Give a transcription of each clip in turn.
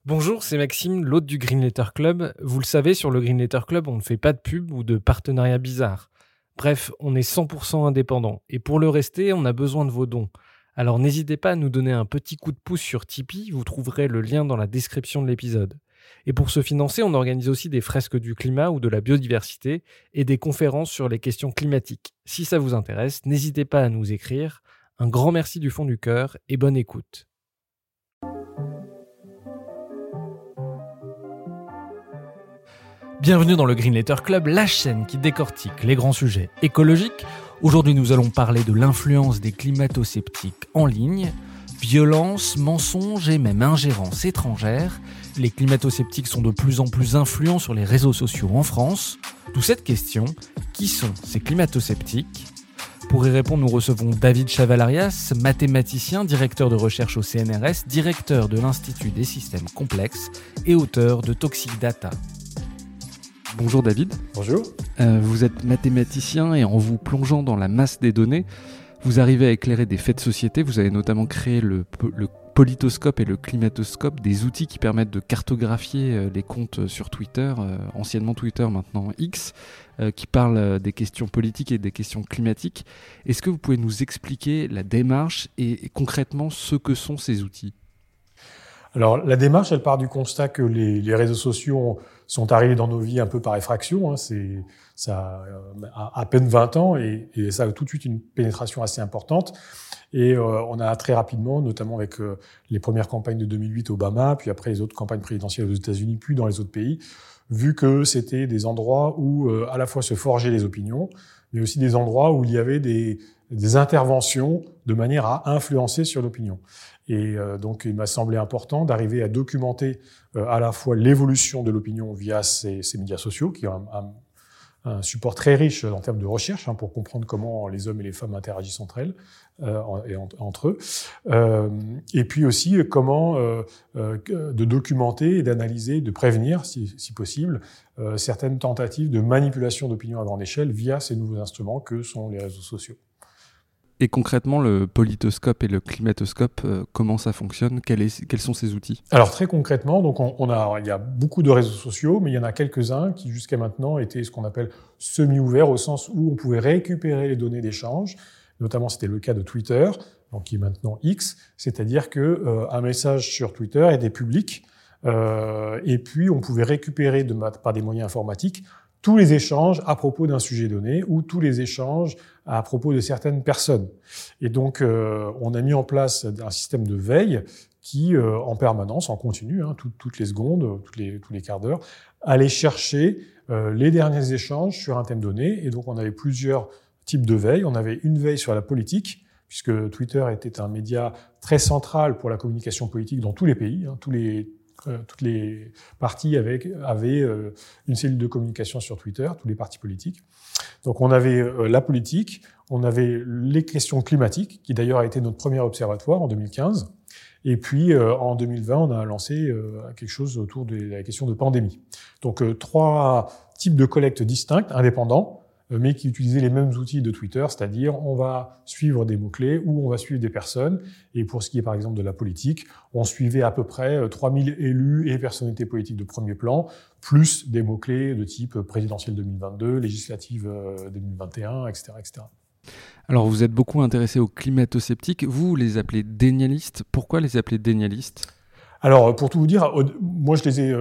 Bonjour, c'est Maxime, l'hôte du Green Letter Club. Vous le savez, sur le Green Letter Club, on ne fait pas de pub ou de partenariat bizarre. Bref, on est 100% indépendant. Et pour le rester, on a besoin de vos dons. Alors n'hésitez pas à nous donner un petit coup de pouce sur Tipeee, vous trouverez le lien dans la description de l'épisode. Et pour se financer, on organise aussi des fresques du climat ou de la biodiversité et des conférences sur les questions climatiques. Si ça vous intéresse, n'hésitez pas à nous écrire. Un grand merci du fond du cœur et bonne écoute. Bienvenue dans le Green Letter Club, la chaîne qui décortique les grands sujets écologiques. Aujourd'hui, nous allons parler de l'influence des climato-sceptiques en ligne, violence, mensonges et même ingérence étrangère. Les climato-sceptiques sont de plus en plus influents sur les réseaux sociaux en France. D'où cette question, qui sont ces climato-sceptiques ? Pour y répondre, nous recevons David Chavalarias, mathématicien, directeur de recherche au CNRS, directeur de l'Institut des systèmes complexes et auteur de Toxic Data. Bonjour David. Bonjour. Vous êtes mathématicien et en vous plongeant dans la masse des données, vous arrivez à éclairer des faits de société. Vous avez notamment créé le politoscope et le climatoscope, des outils qui permettent de cartographier les comptes sur Twitter, anciennement Twitter, maintenant X, qui parlent des questions politiques et des questions climatiques. Est-ce que vous pouvez nous expliquer la démarche et concrètement ce que sont ces outils ? Alors, la démarche, elle part du constat que les réseaux sociaux sont arrivés dans nos vies un peu par effraction. Ça a à peine 20 ans et ça a tout de suite une pénétration assez importante. Et on a très rapidement, notamment avec les premières campagnes de 2008 Obama, puis après les autres campagnes présidentielles aux États-Unis, puis dans les autres pays, vu que c'était des endroits où à la fois se forgeaient les opinions, mais aussi des endroits où il y avait des interventions de manière à influencer sur l'opinion. Et donc, il m'a semblé important d'arriver à documenter à la fois l'évolution de l'opinion via ces médias sociaux, qui ont un support très riche en termes de recherche, pour comprendre comment les hommes et les femmes interagissent entre elles et entre eux. Et puis aussi, comment de documenter et d'analyser, de prévenir, si possible, certaines tentatives de manipulation d'opinion à grande échelle via ces nouveaux instruments que sont les réseaux sociaux. Et concrètement, le politoscope et le climatoscope, comment ça fonctionne ? Quels sont ces outils ? Alors très concrètement, donc il y a beaucoup de réseaux sociaux, mais il y en a quelques-uns qui jusqu'à maintenant étaient ce qu'on appelle semi-ouverts, au sens où on pouvait récupérer les données d'échange. Notamment, c'était le cas de Twitter, donc qui est maintenant X, c'est-à-dire que un message sur Twitter était public, et puis on pouvait récupérer par des moyens informatiques tous les échanges à propos d'un sujet donné ou tous les échanges à propos de certaines personnes. Et donc, on a mis en place un système de veille qui, en permanence, en continu, toutes les secondes, tous les quarts d'heure, allait chercher les derniers échanges sur un thème donné. Et donc, on avait plusieurs types de veille. On avait une veille sur la politique, puisque Twitter était un média très central pour la communication politique dans tous les pays, toutes les partis avaient une cellule de communication sur Twitter, tous les partis politiques. Donc on avait la politique, on avait les questions climatiques, qui d'ailleurs a été notre premier observatoire en 2015. Et puis en 2020, on a lancé quelque chose autour de la question de pandémie. Donc 3 types de collectes distincts, indépendants, mais qui utilisaient les mêmes outils de Twitter, c'est-à-dire on va suivre des mots-clés ou on va suivre des personnes. Et pour ce qui est par exemple de la politique, on suivait à peu près 3000 élus et personnalités politiques de premier plan, plus des mots-clés de type présidentielle 2022, législative 2021, etc., etc. Alors vous êtes beaucoup intéressé aux climato-sceptiques, vous les appelez dénialistes. Pourquoi les appeler dénialistes ? Alors, pour tout vous dire, moi, je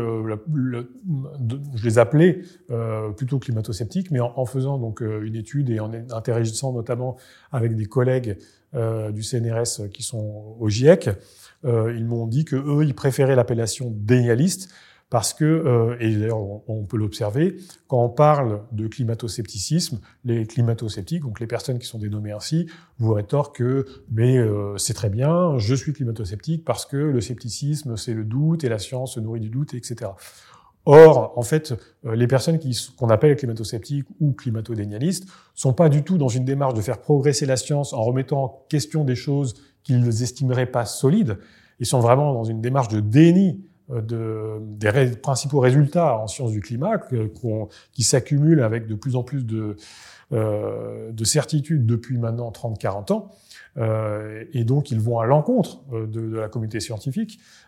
les appelais plutôt climato-sceptiques, mais en faisant donc une étude et en interagissant notamment avec des collègues du CNRS qui sont au GIEC, ils m'ont dit que eux, ils préféraient l'appellation dénialiste parce que, et d'ailleurs on peut l'observer, quand on parle de climato-scepticisme, les climato-sceptiques, donc les personnes qui sont dénommées ainsi, vous rétorquent que c'est très bien, je suis climato-sceptique parce que le scepticisme c'est le doute et la science se nourrit du doute, etc. Or, en fait, les personnes qu'on appelle climato-sceptiques ou climato-dénialistes sont pas du tout dans une démarche de faire progresser la science en remettant en question des choses qu'ils estimeraient pas solides. Ils sont vraiment dans une démarche de déni des principaux résultats en sciences du climat qui s'accumulent avec de plus en plus de certitudes depuis maintenant 30-40 ans. Et donc, ils vont à l'encontre de la communauté scientifique.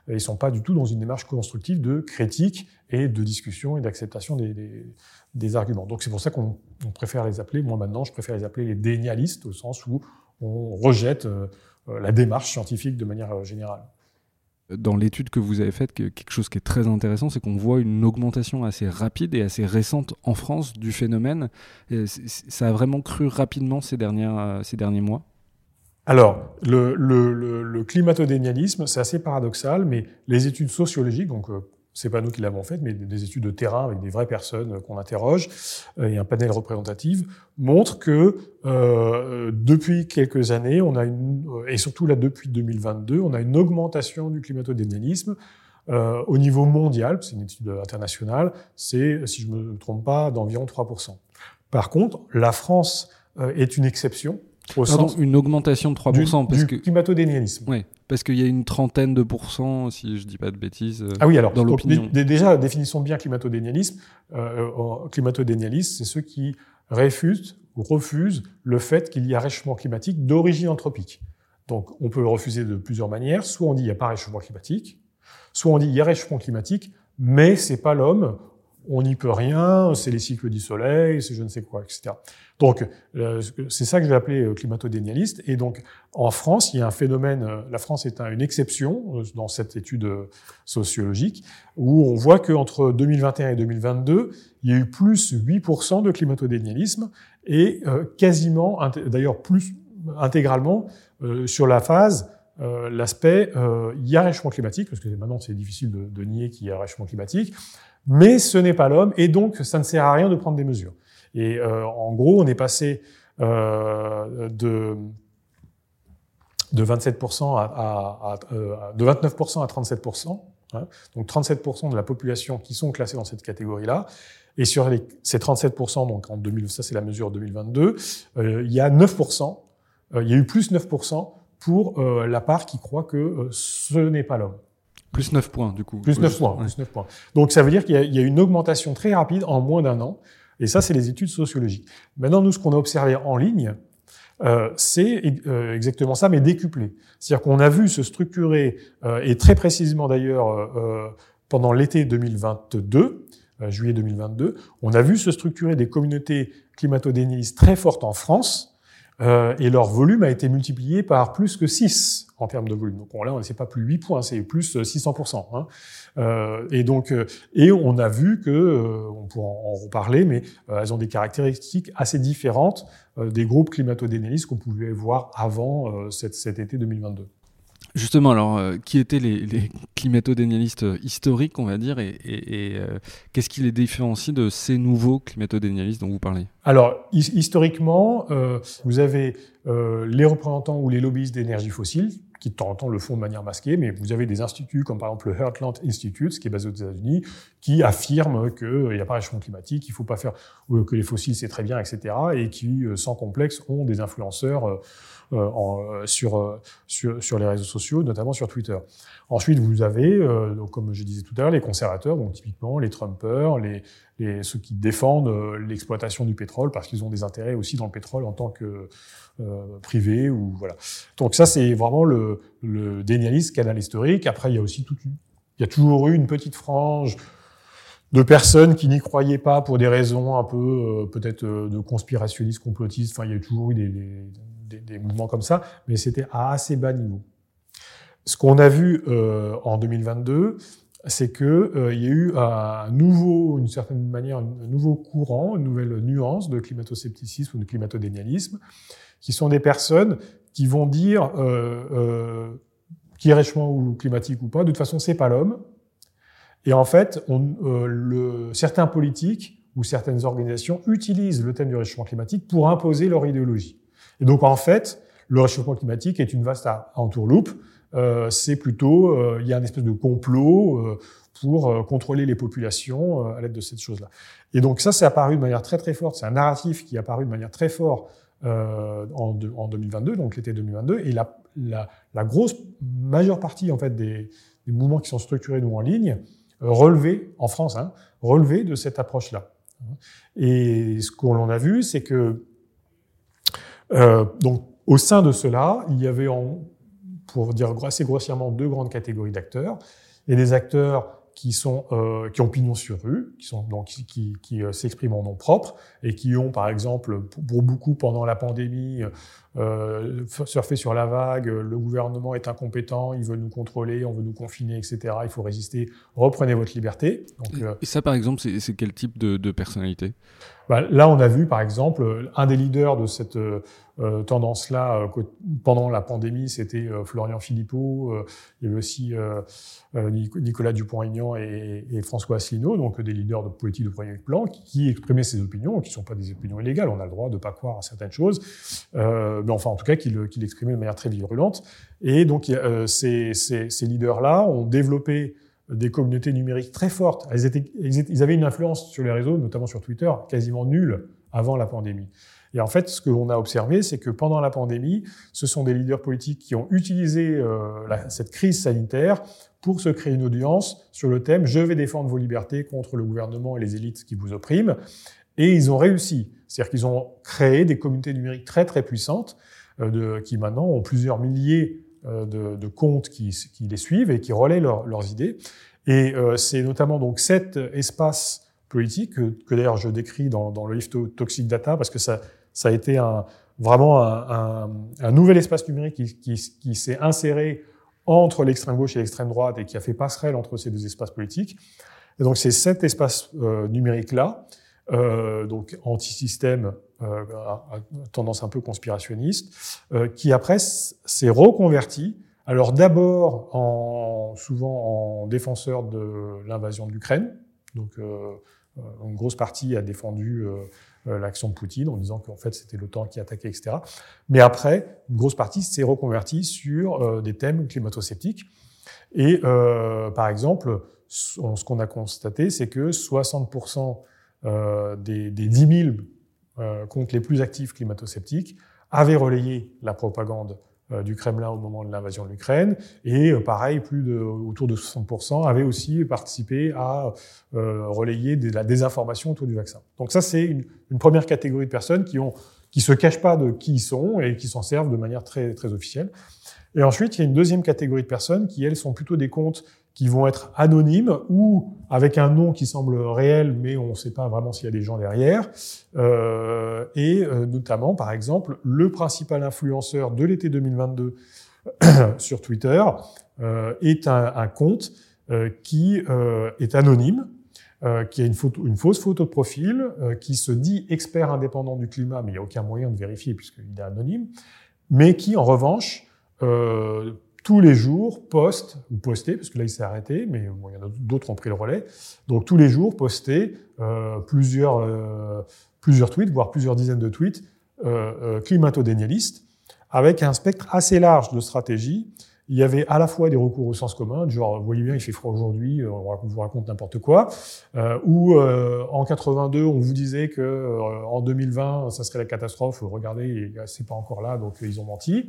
et ils sont pas du tout dans une démarche constructive de critique et de discussion et d'acceptation des arguments. Donc c'est pour ça qu'on préfère les appeler, moi maintenant je préfère les appeler les dénialistes, au sens où on rejette la démarche scientifique de manière générale. Dans l'étude que vous avez faite, quelque chose qui est très intéressant, c'est qu'on voit une augmentation assez rapide et assez récente en France du phénomène. Ça a vraiment cru rapidement ces derniers mois. Alors, le climatodénialisme, c'est assez paradoxal, mais les études sociologiques, donc c'est pas nous qui l'avons faites, mais des études de terrain avec des vraies personnes qu'on interroge et un panel représentatif, montrent que depuis quelques années, on a et surtout là depuis 2022, on a une augmentation du climatodénialisme au niveau mondial. C'est une étude internationale. C'est, si je me trompe pas, d'environ 3%. Par contre, la France est une exception. Une augmentation de 3%. Du climatodénialisme. Oui, parce qu'il y a une trentaine de pourcents, si je dis pas de bêtises, ah oui, alors, dans l'opinion. Déjà, définissons bien climatodénialisme. Climatodénialisme, c'est ceux qui refusent le fait qu'il y a réchauffement climatique d'origine anthropique. Donc, on peut le refuser de plusieurs manières. Soit on dit il n'y a pas réchauffement climatique, soit on dit il y a réchauffement climatique, mais c'est pas l'homme, on n'y peut rien, c'est les cycles du soleil, c'est je ne sais quoi, etc. Donc, c'est ça que je vais appeler climatodénialiste. Et donc, en France, il y a un phénomène, la France est une exception dans cette étude sociologique, où on voit qu'entre 2021 et 2022, il y a eu plus 8% de climatodénialisme, et quasiment, d'ailleurs plus intégralement, sur la phase, l'aspect, il y a réchauffement climatique, parce que maintenant c'est difficile de nier qu'il y a réchauffement climatique, mais ce n'est pas l'homme, et donc ça ne sert à rien de prendre des mesures. Et en gros, on est passé de 27% de 29% à 37%. Hein, donc 37% de la population qui sont classés dans cette catégorie-là. Et sur ces 37%, donc en 2000, ça c'est la mesure 2022, il y a 9%. Il y a eu plus 9% pour la part qui croit que ce n'est pas l'homme. Plus 9 points, du coup. Plus 9 points, plus 9 points. Donc ça veut dire qu'il y a une augmentation très rapide en moins d'un an. Et ça, c'est les études sociologiques. Maintenant, nous, ce qu'on a observé en ligne, c'est exactement ça, mais décuplé. C'est-à-dire qu'on a vu se structurer, et très précisément d'ailleurs, pendant l'été 2022, juillet 2022, on a vu se structurer des communautés climatodénialistes très fortes en France, et leur volume a été multiplié par plus que 6 en termes de volume. Donc là, c'est pas plus 8 points, c'est plus 600%. Hein. Et donc, et on a vu que, on pourra en reparler, mais elles ont des caractéristiques assez différentes des groupes climatodénialistes qu'on pouvait voir avant cet été 2022. Justement, alors, qui étaient les climatodénialistes historiques, on va dire, et qu'est-ce qui les différencie de ces nouveaux climatodénialistes dont vous parlez ? Alors, historiquement, vous avez les représentants ou les lobbyistes d'énergie fossile, qui de temps en temps le font de manière masquée, mais vous avez des instituts comme par exemple le Heartland Institute, qui est basé aux États-Unis, qui affirment qu'il n'y a pas de réchauffement climatique, qu'il ne faut pas faire, que les fossiles c'est très bien, etc., et qui, sans complexe, ont des influenceurs sur les réseaux sociaux, notamment sur Twitter. Ensuite, vous avez, donc, comme je disais tout à l'heure, les conservateurs, donc typiquement les Trumpers, ceux qui défendent l'exploitation du pétrole parce qu'ils ont des intérêts aussi dans le pétrole en tant que privé ou voilà. Donc ça, c'est vraiment le dénialisme canal historique. Après, il y a aussi il y a toujours eu une petite frange de personnes qui n'y croyaient pas pour des raisons un peu peut-être de conspirationnistes, complotistes. Enfin, il y a toujours eu des mouvements comme ça, mais c'était à assez bas niveau. Ce qu'on a vu en 2022, c'est que il y a eu d'une certaine manière, un nouveau courant, une nouvelle nuance de climato-scepticisme ou de climatodénialisme, qui sont des personnes qui vont dire qu'il y a réchauffement climatique ou pas, de toute façon, c'est pas l'homme. Et en fait, certains politiques ou certaines organisations utilisent le thème du réchauffement climatique pour imposer leur idéologie. Et donc, en fait, le réchauffement climatique est une vaste entourloupe. C'est plutôt, il y a une espèce de complot pour contrôler les populations à l'aide de cette chose-là. Et donc ça, c'est apparu de manière très très forte. C'est un narratif qui est apparu de manière très forte en 2022, donc l'été 2022. Et la grosse majeure partie en fait des mouvements qui sont structurés nous en ligne relevaient en France, relevaient de cette approche-là. Et ce qu'on a vu, c'est que donc au sein de cela, il y avait pour dire assez grossièrement, deux grandes catégories d'acteurs. Il y a des acteurs qui ont pignon sur rue, qui s'expriment en nom propre et qui ont, par exemple, pour beaucoup pendant la pandémie, surfé sur la vague, le gouvernement est incompétent, il veut nous contrôler, on veut nous confiner, etc. Il faut résister, reprenez votre liberté. Donc, et ça, par exemple, c'est quel type de personnalité ? Là, on a vu, par exemple, un des leaders de cette tendance-là pendant la pandémie, c'était Florian Philippot. Il y avait aussi Nicolas Dupont-Aignan et François Asselineau, donc des leaders de politique de premier plan, qui exprimaient ces opinions, qui ne sont pas des opinions illégales. On a le droit de ne pas croire à certaines choses, mais enfin, en tout cas, qu'il exprimaient de manière très virulente. Et donc, ces leaders-là ont développé des communautés numériques très fortes. Ils avaient une influence sur les réseaux, notamment sur Twitter, quasiment nulle avant la pandémie. Et en fait, ce que l'on a observé, c'est que pendant la pandémie, ce sont des leaders politiques qui ont utilisé cette crise sanitaire pour se créer une audience sur le thème « Je vais défendre vos libertés contre le gouvernement et les élites qui vous oppriment ». Et ils ont réussi. C'est-à-dire qu'ils ont créé des communautés numériques très, très puissantes qui maintenant ont plusieurs milliers de comptes qui les suivent et qui relaient leurs idées. Et c'est notamment donc cet espace politique que d'ailleurs je décris dans le livre Toxic Data, parce que ça a été vraiment un nouvel espace numérique qui s'est inséré entre l'extrême gauche et l'extrême droite et qui a fait passerelle entre ces deux espaces politiques. Et donc c'est cet espace numérique-là, donc anti-système, à tendance un peu conspirationniste, qui après s'est reconverti. Alors d'abord souvent en défenseur de l'invasion de l'Ukraine. Donc une grosse partie a défendu l'action de Poutine en disant qu'en fait c'était l'OTAN qui attaquait, etc. Mais après, une grosse partie s'est reconvertie sur des thèmes climato-sceptiques. Et par exemple, ce qu'on a constaté, c'est que 60% des 10 000 comptes les plus actifs climato-sceptiques avaient relayé la propagande du Kremlin au moment de l'invasion de l'Ukraine, et pareil, autour de 60% avaient aussi participé à relayer la désinformation autour du vaccin. Donc ça, c'est une première catégorie de personnes qui se cachent pas de qui ils sont et qui s'en servent de manière très, très officielle. Et ensuite, il y a une deuxième catégorie de personnes qui, elles, sont plutôt des comptes qui vont être anonymes ou avec un nom qui semble réel, mais on ne sait pas vraiment s'il y a des gens derrière. Notamment, par exemple, le principal influenceur de l'été 2022 sur Twitter est un compte qui est anonyme, qui a une fausse photo de profil, qui se dit expert indépendant du climat, mais il n'y a aucun moyen de vérifier puisqu'il est anonyme, mais qui, en revanche, tous les jours postait, parce que là il s'est arrêté, mais bon, il y en a d'autres ont pris le relais, donc tous les jours postait plusieurs tweets, voire plusieurs dizaines de tweets climato-dénialistes, avec un spectre assez large de stratégies. Il y avait à la fois des recours au sens commun, genre, vous voyez bien, il fait froid aujourd'hui, on vous raconte n'importe quoi, ou en 82, on vous disait que en 2020, ça serait la catastrophe, regardez, c'est pas encore là, donc ils ont menti.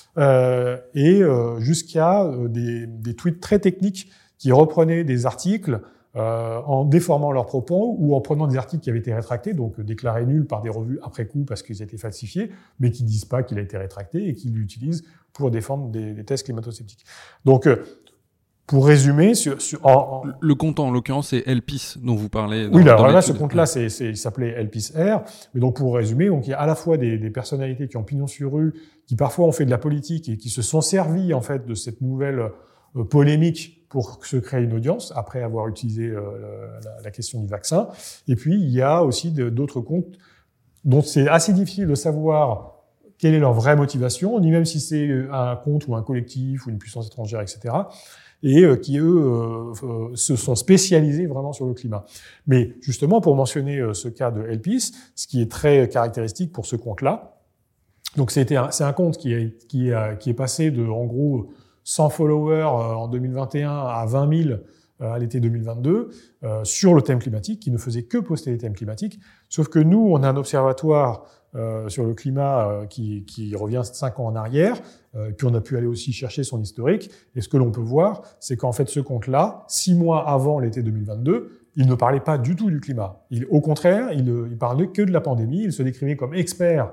Jusqu'à des tweets très techniques qui reprenaient des articles en déformant leurs propos ou en prenant des articles qui avaient été rétractés, donc déclarés nuls par des revues après coup parce qu'ils étaient falsifiés, mais qui disent pas qu'il a été rétracté et qui l'utilisent pour défendre des thèses climato-sceptiques. Donc, pour résumer, le compte en l'occurrence c'est Elpis dont vous parlez. Oui, alors là, ce compte-là, il s'appelait Elpis R. Mais donc pour résumer, donc il y a à la fois des personnalités qui ont pignon sur rue, qui parfois ont fait de la politique et qui se sont servis en fait de cette nouvelle polémique pour se créer une audience après avoir utilisé la question du vaccin. Et puis il y a aussi d'autres comptes dont c'est assez difficile de savoir quelle est leur vraie motivation, ni même si c'est un compte ou un collectif ou une puissance étrangère, etc. Et qui, eux, se sont spécialisés vraiment sur le climat. Mais justement, pour mentionner ce cas de Elpis, ce qui est très caractéristique pour ce compte-là, donc c'est un compte qui est passé de, en gros, 100 followers en 2021 à 20 000 à l'été 2022 sur le thème climatique, qui ne faisait que poster les thèmes climatiques. Sauf que nous, on a un observatoire sur le climat qui revient 5 ans en arrière, puis on a pu aller aussi chercher son historique, et ce que l'on peut voir, c'est qu'en fait ce compte-là, 6 mois avant l'été 2022, il ne parlait pas du tout du climat. Au contraire, il parlait que de la pandémie, il se décrivait comme expert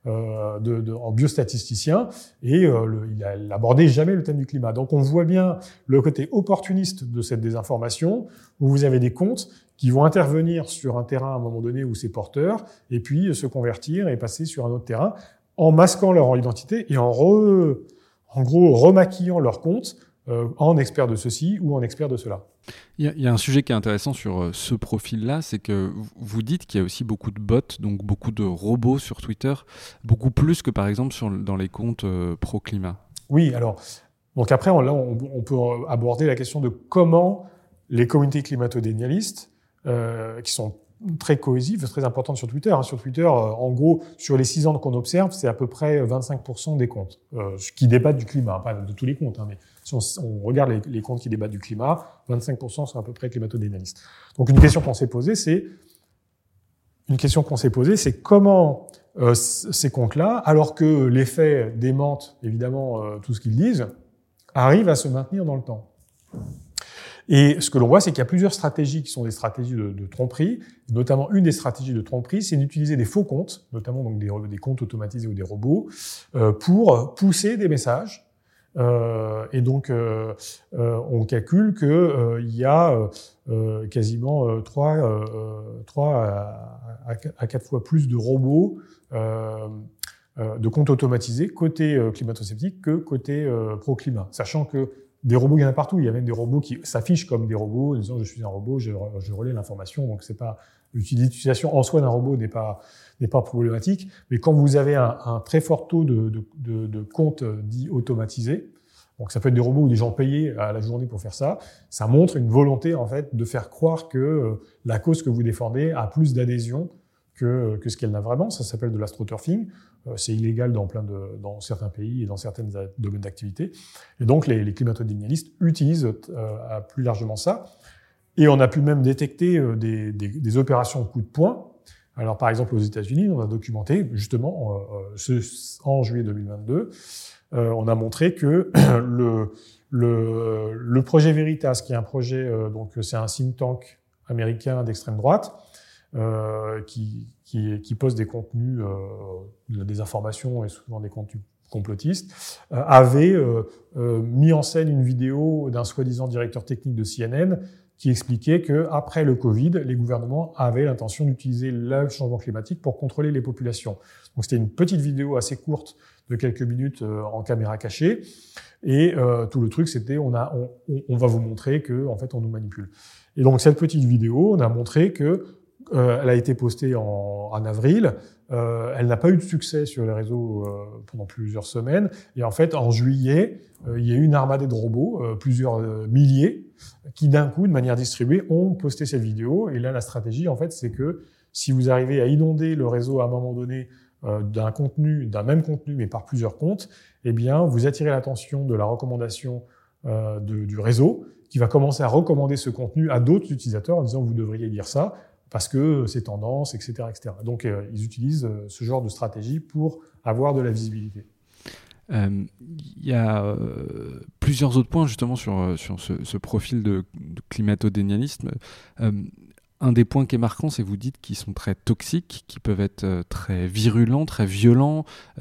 en biostatisticien, et il n'abordait jamais le thème du climat. Donc on voit bien le côté opportuniste de cette désinformation, où vous avez des comptes qui vont intervenir sur un terrain à un moment donné où c'est porteur, et puis se convertir et passer sur un autre terrain, en masquant leur identité et en gros remaquillant leur compte en expert de ceci ou en expert de cela. Il y a un sujet qui est intéressant sur ce profil-là, c'est que vous dites qu'il y a aussi beaucoup de bots, donc beaucoup de robots sur Twitter, beaucoup plus que par exemple dans les comptes pro-climat. Oui, alors, donc après, on peut aborder la question de comment les communautés climato-dénialistes, qui sont très cohésives, très importantes sur Twitter. Sur Twitter, en gros, sur les 6 ans qu'on observe, c'est à peu près 25% des comptes qui débattent du climat, pas de tous les comptes, mais si on regarde les comptes qui débattent du climat, 25% sont à peu près climato-dénialistes. Donc une question qu'on s'est posée, c'est comment ces comptes-là, alors que les faits démentent évidemment tout ce qu'ils disent, arrivent à se maintenir dans le temps. Et ce que l'on voit, c'est qu'il y a plusieurs stratégies qui sont des stratégies de tromperie. Notamment, une des stratégies de tromperie, c'est d'utiliser des faux comptes, notamment donc des comptes automatisés ou des robots, pour pousser des messages. Et donc, on calcule que il y a quasiment 3 à 4 fois plus de robots de comptes automatisés côté climato-sceptique que côté pro-climat, sachant que des robots, il y en a partout. Il y a même des robots qui s'affichent comme des robots, en disant je suis un robot, je relais l'information. Donc c'est pas l'utilisation en soi d'un robot n'est pas problématique. Mais quand vous avez un très fort taux de comptes dits automatisés, donc ça peut être des robots ou des gens payés à la journée pour faire ça, ça montre une volonté en fait de faire croire que la cause que vous défendez a plus d'adhésion que ce qu'elle n'a vraiment. Ça s'appelle de l'astroturfing. C'est illégal dans certains pays et dans certains domaines d'activité. Et donc, les climato-dénialistes utilisent plus largement ça. Et on a pu même détecter des opérations coup de poing. Alors, par exemple, aux États-Unis, on a documenté, justement, en juillet 2022, on a montré que le projet Veritas, qui est un projet, donc c'est un think tank américain d'extrême droite, qui pose des contenus de la désinformation et souvent des contenus complotistes, avait mis en scène une vidéo d'un soi-disant directeur technique de CNN qui expliquait que après le Covid, les gouvernements avaient l'intention d'utiliser le changement climatique pour contrôler les populations. Donc c'était une petite vidéo assez courte de quelques minutes en caméra cachée, et tout le truc c'était on va vous montrer que en fait on nous manipule. Et donc cette petite vidéo, on a montré que elle a été postée en avril. Elle n'a pas eu de succès sur les réseaux pendant plusieurs semaines. Et en fait, en juillet, il y a eu une armada de robots, plusieurs milliers, qui d'un coup, de manière distribuée, ont posté cette vidéo. Et là, la stratégie, en fait, c'est que si vous arrivez à inonder le réseau à un moment donné d'un même contenu, mais par plusieurs comptes, eh bien, vous attirez l'attention de la recommandation du réseau, qui va commencer à recommander ce contenu à d'autres utilisateurs en disant vous devriez lire ça, parce que c'est tendance, etc., etc. Donc, ils utilisent ce genre de stratégie pour avoir de la visibilité. Il y a plusieurs autres points justement sur ce profil de climato-dénialisme. Un des points qui est marquant, c'est que vous dites qu'ils sont très toxiques, qu'ils peuvent être très virulents, très violents,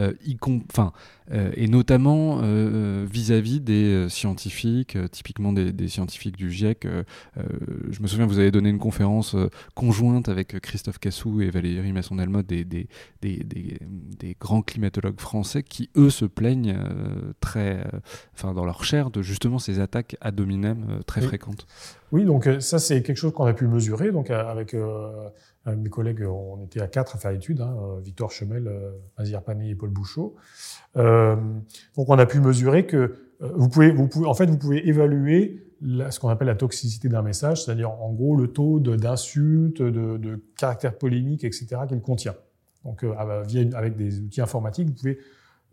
et notamment vis-à-vis des scientifiques, typiquement des scientifiques du GIEC. Je me souviens, vous avez donné une conférence conjointe avec Christophe Cassou et Valérie Masson-Delmotte, des grands climatologues français qui, eux, se plaignent dans leur chair de justement ces attaques ad hominem très fréquentes. Oui, donc ça, c'est quelque chose qu'on a pu mesurer. Donc avec mes collègues, on était à 4 à faire l'étude, Victor Chemel, Azir Pané et Paul Bouchot. Donc on a pu mesurer que vous pouvez évaluer ce qu'on appelle la toxicité d'un message, c'est-à-dire en gros le taux d'insultes, de caractères polémiques, etc. qu'il contient. Donc avec des outils informatiques, vous pouvez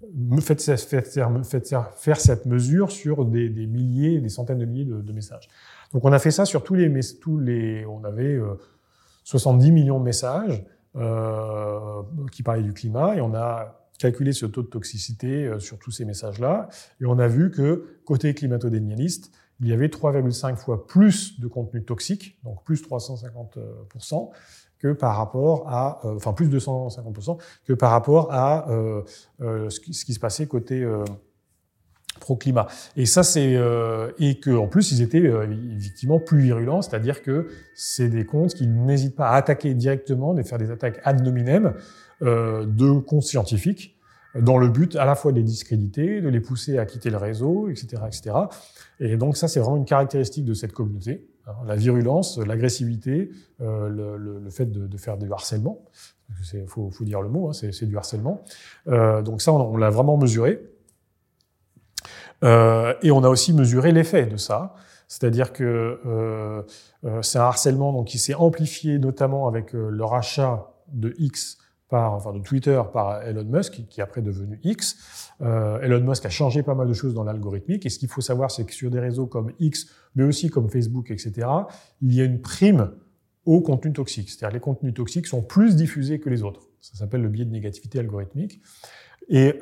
faire cette mesure sur des milliers, des centaines de milliers de messages. Donc on a fait ça sur on avait 70 millions de messages qui parlaient du climat, et on a calculé ce taux de toxicité sur tous ces messages-là, et on a vu que côté climato-dénialiste, il y avait 3,5 fois plus de contenu toxique, donc plus 350%, que par rapport à, plus de 150% que par rapport à ce qui se passait côté pro-climat. Et ça, et que en plus, ils étaient effectivement plus virulents, c'est-à-dire que c'est des comptes qui n'hésitent pas à attaquer directement, de faire des attaques ad nominem de comptes scientifiques, dans le but à la fois de les discréditer, de les pousser à quitter le réseau, etc., etc. Et donc ça, c'est vraiment une caractéristique de cette communauté, hein, la virulence, l'agressivité, le fait de faire du harcèlement. Faut dire le mot, hein, c'est du harcèlement. Donc ça, on l'a vraiment mesuré. Et on a aussi mesuré l'effet de ça, c'est-à-dire que c'est un harcèlement donc qui s'est amplifié notamment avec le rachat de de Twitter par Elon Musk, qui est après devenu X. Elon Musk a changé pas mal de choses dans l'algorithmique. Et ce qu'il faut savoir, c'est que sur des réseaux comme X, mais aussi comme Facebook, etc., il y a une prime aux contenus toxiques. C'est-à-dire les contenus toxiques sont plus diffusés que les autres. Ça s'appelle le biais de négativité algorithmique. Et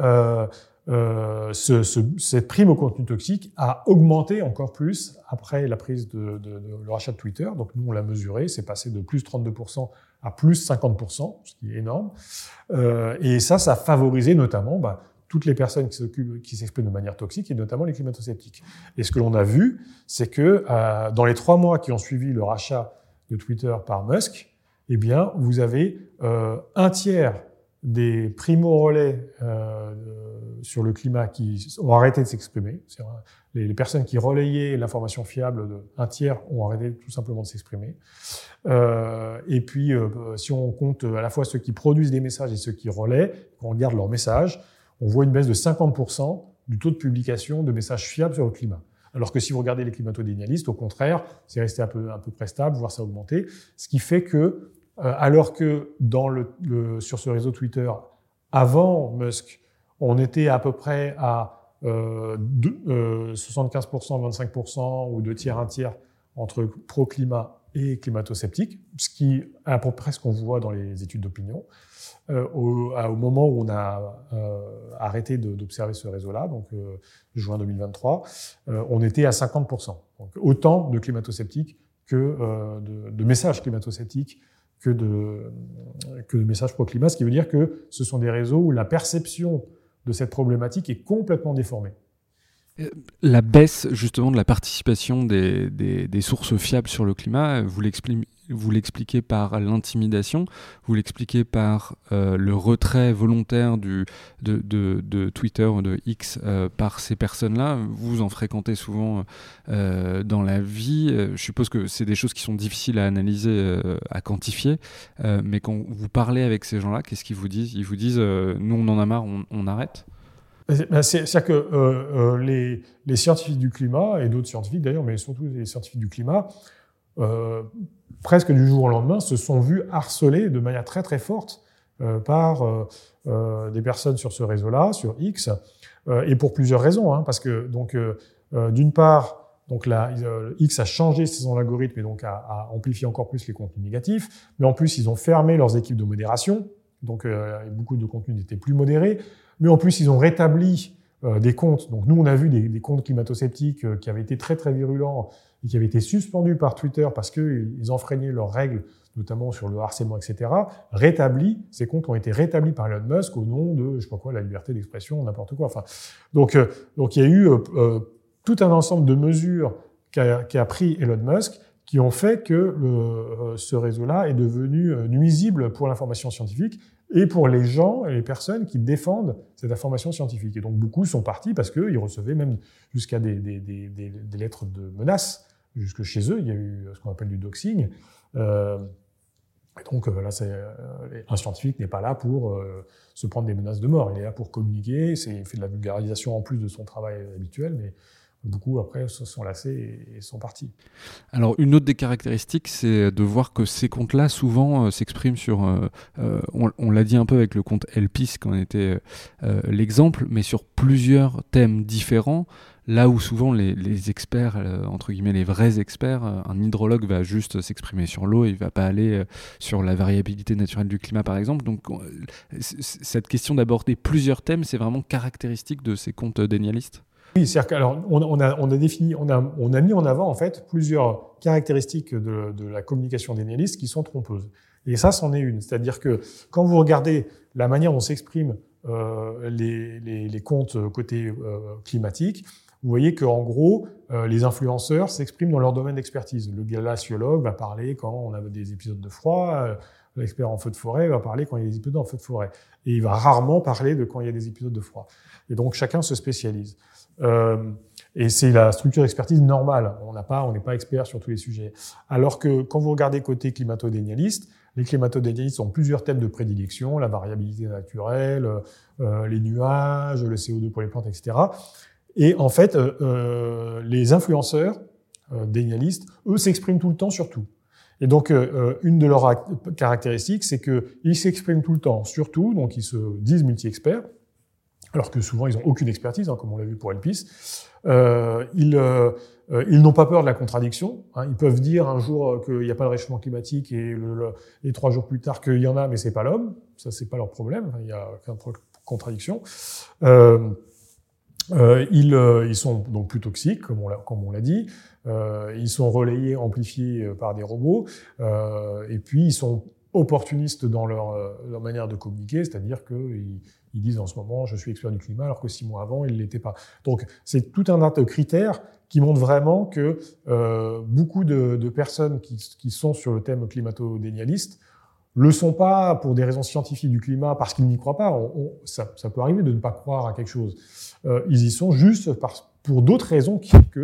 cette prime au contenu toxique a augmenté encore plus après la prise le rachat de Twitter. Donc nous, on l'a mesuré, c'est passé de plus 32% à plus 50%, ce qui est énorme. Et ça a favorisé notamment toutes les personnes qui s'expriment de manière toxique, et notamment les climato-sceptiques. Et ce que l'on a vu, c'est que dans les 3 mois qui ont suivi le rachat de Twitter par Musk, eh bien, vous avez un tiers des primo-relais sur le climat qui ont arrêté de s'exprimer. Les personnes qui relayaient l'information fiable, un tiers ont arrêté tout simplement de s'exprimer. Et puis, si on compte à la fois ceux qui produisent des messages et ceux qui relaient, quand on regarde leurs messages, on voit une baisse de 50% du taux de publication de messages fiables sur le climat. Alors que si vous regardez les climato-dénialistes, au contraire, c'est resté un peu près stable, voire ça a augmenté. Ce qui fait que, alors que sur ce réseau Twitter, avant Musk, on était à peu près à 75%, 25% ou 2 tiers, 1 tiers entre pro-climat et climato-sceptiques, ce qui est à peu près ce qu'on voit dans les études d'opinion. Au moment où on a arrêté d'observer ce réseau-là, donc juin 2023, on était à 50%. Donc autant de climato-sceptiques que de messages climato-sceptiques que de messages pro-climat, ce qui veut dire que ce sont des réseaux où la perception de cette problématique est complètement déformée. La baisse justement de la participation des sources fiables sur le climat, vous l'expliquez par l'intimidation, vous l'expliquez par le retrait volontaire de Twitter ou de X par ces personnes-là. Vous en fréquentez souvent dans la vie. Je suppose que c'est des choses qui sont difficiles à analyser, à quantifier, mais quand vous parlez avec ces gens-là, qu'est-ce qu'ils vous disent ? Ils vous disent nous on en a marre, on arrête ? C'est-à-dire que les scientifiques du climat, et d'autres scientifiques d'ailleurs, mais surtout les scientifiques du climat, presque du jour au lendemain, se sont vus harcelés de manière très très forte par des personnes sur ce réseau-là, sur X, et pour plusieurs raisons. Hein, parce que, d'une part, X a changé son algorithme et donc a amplifié encore plus les contenus négatifs, mais en plus, ils ont fermé leurs équipes de modération, donc beaucoup de contenus n'étaient plus modérés. Mais en plus, ils ont rétabli des comptes. Donc nous, on a vu des comptes climato-sceptiques qui avaient été très très virulents et qui avaient été suspendus par Twitter parce qu'ils enfreignaient leurs règles, notamment sur le harcèlement, etc. Ces comptes ont été rétablis par Elon Musk au nom de, je sais pas quoi, la liberté d'expression, n'importe quoi. Enfin, donc il y a eu tout un ensemble de mesures qu'a pris Elon Musk qui ont fait que ce réseau-là est devenu nuisible pour l'information scientifique et pour les gens et les personnes qui défendent cette information scientifique. Et donc beaucoup sont partis parce qu'ils recevaient même jusqu'à des lettres de menaces jusque chez eux. Il y a eu ce qu'on appelle du doxing. Et donc là, un scientifique n'est pas là pour se prendre des menaces de mort. Il est là pour communiquer. Il fait de la vulgarisation en plus de son travail habituel, mais beaucoup, après, se sont lassés et sont partis. Alors, une autre des caractéristiques, c'est de voir que ces comptes-là, souvent, s'expriment sur... on l'a dit un peu avec le compte Elpis, quand on était l'exemple, mais sur plusieurs thèmes différents, là où souvent les experts, entre guillemets, les vrais experts, un hydrologue va juste s'exprimer sur l'eau, il ne va pas aller sur la variabilité naturelle du climat, par exemple. Donc, cette question d'aborder plusieurs thèmes, c'est vraiment caractéristique de ces comptes dénialistes. Oui, c'est-à-dire qu'alors on a mis en avant en fait plusieurs caractéristiques de la communication dénialiste qui sont trompeuses. Et ça, c'en est une. C'est-à-dire que quand vous regardez la manière dont s'expriment les comptes côté climatique, vous voyez qu'en gros, les influenceurs s'expriment dans leur domaine d'expertise. Le glaciologue va parler quand on a des épisodes de froid, l'expert en feu de forêt va parler quand il y a des épisodes en feu de forêt. Et il va rarement parler de quand il y a des épisodes de froid. Et donc, chacun se spécialise. Et c'est la structure d'expertise normale. On n'est pas expert sur tous les sujets. Alors que quand vous regardez côté climato-dénialiste, les climato-dénialistes ont plusieurs thèmes de prédilection, la variabilité naturelle, les nuages, le CO2 pour les plantes, etc. Et en fait, les influenceurs dénialistes, eux, s'expriment tout le temps sur tout. Et donc, une de leurs caractéristiques, c'est qu'ils s'expriment tout le temps sur tout, donc ils se disent multi-experts, alors que souvent, ils n'ont aucune expertise, comme on l'a vu pour Elpis. Ils n'ont pas peur de la contradiction. Ils peuvent dire un jour qu'il n'y a pas de réchauffement climatique et 3 jours plus tard qu'il y en a, mais c'est pas l'homme. Ça, c'est pas leur problème. Il n'y a aucune contradiction. Ils sont donc plus toxiques, comme on l'a dit. Ils sont relayés, amplifiés par des robots. Et puis, ils sont opportunistes dans leur manière de communiquer, c'est-à-dire qu'ils disent en ce moment « je suis expert du climat » alors que 6 mois avant, ils ne l'étaient pas. Donc, c'est tout un tas de critères qui montrent vraiment que beaucoup de personnes qui sont sur le thème climato-dénialiste le sont pas pour des raisons scientifiques du climat, parce qu'ils n'y croient pas. Ça peut arriver de ne pas croire à quelque chose. Ils y sont juste pour d'autres raisons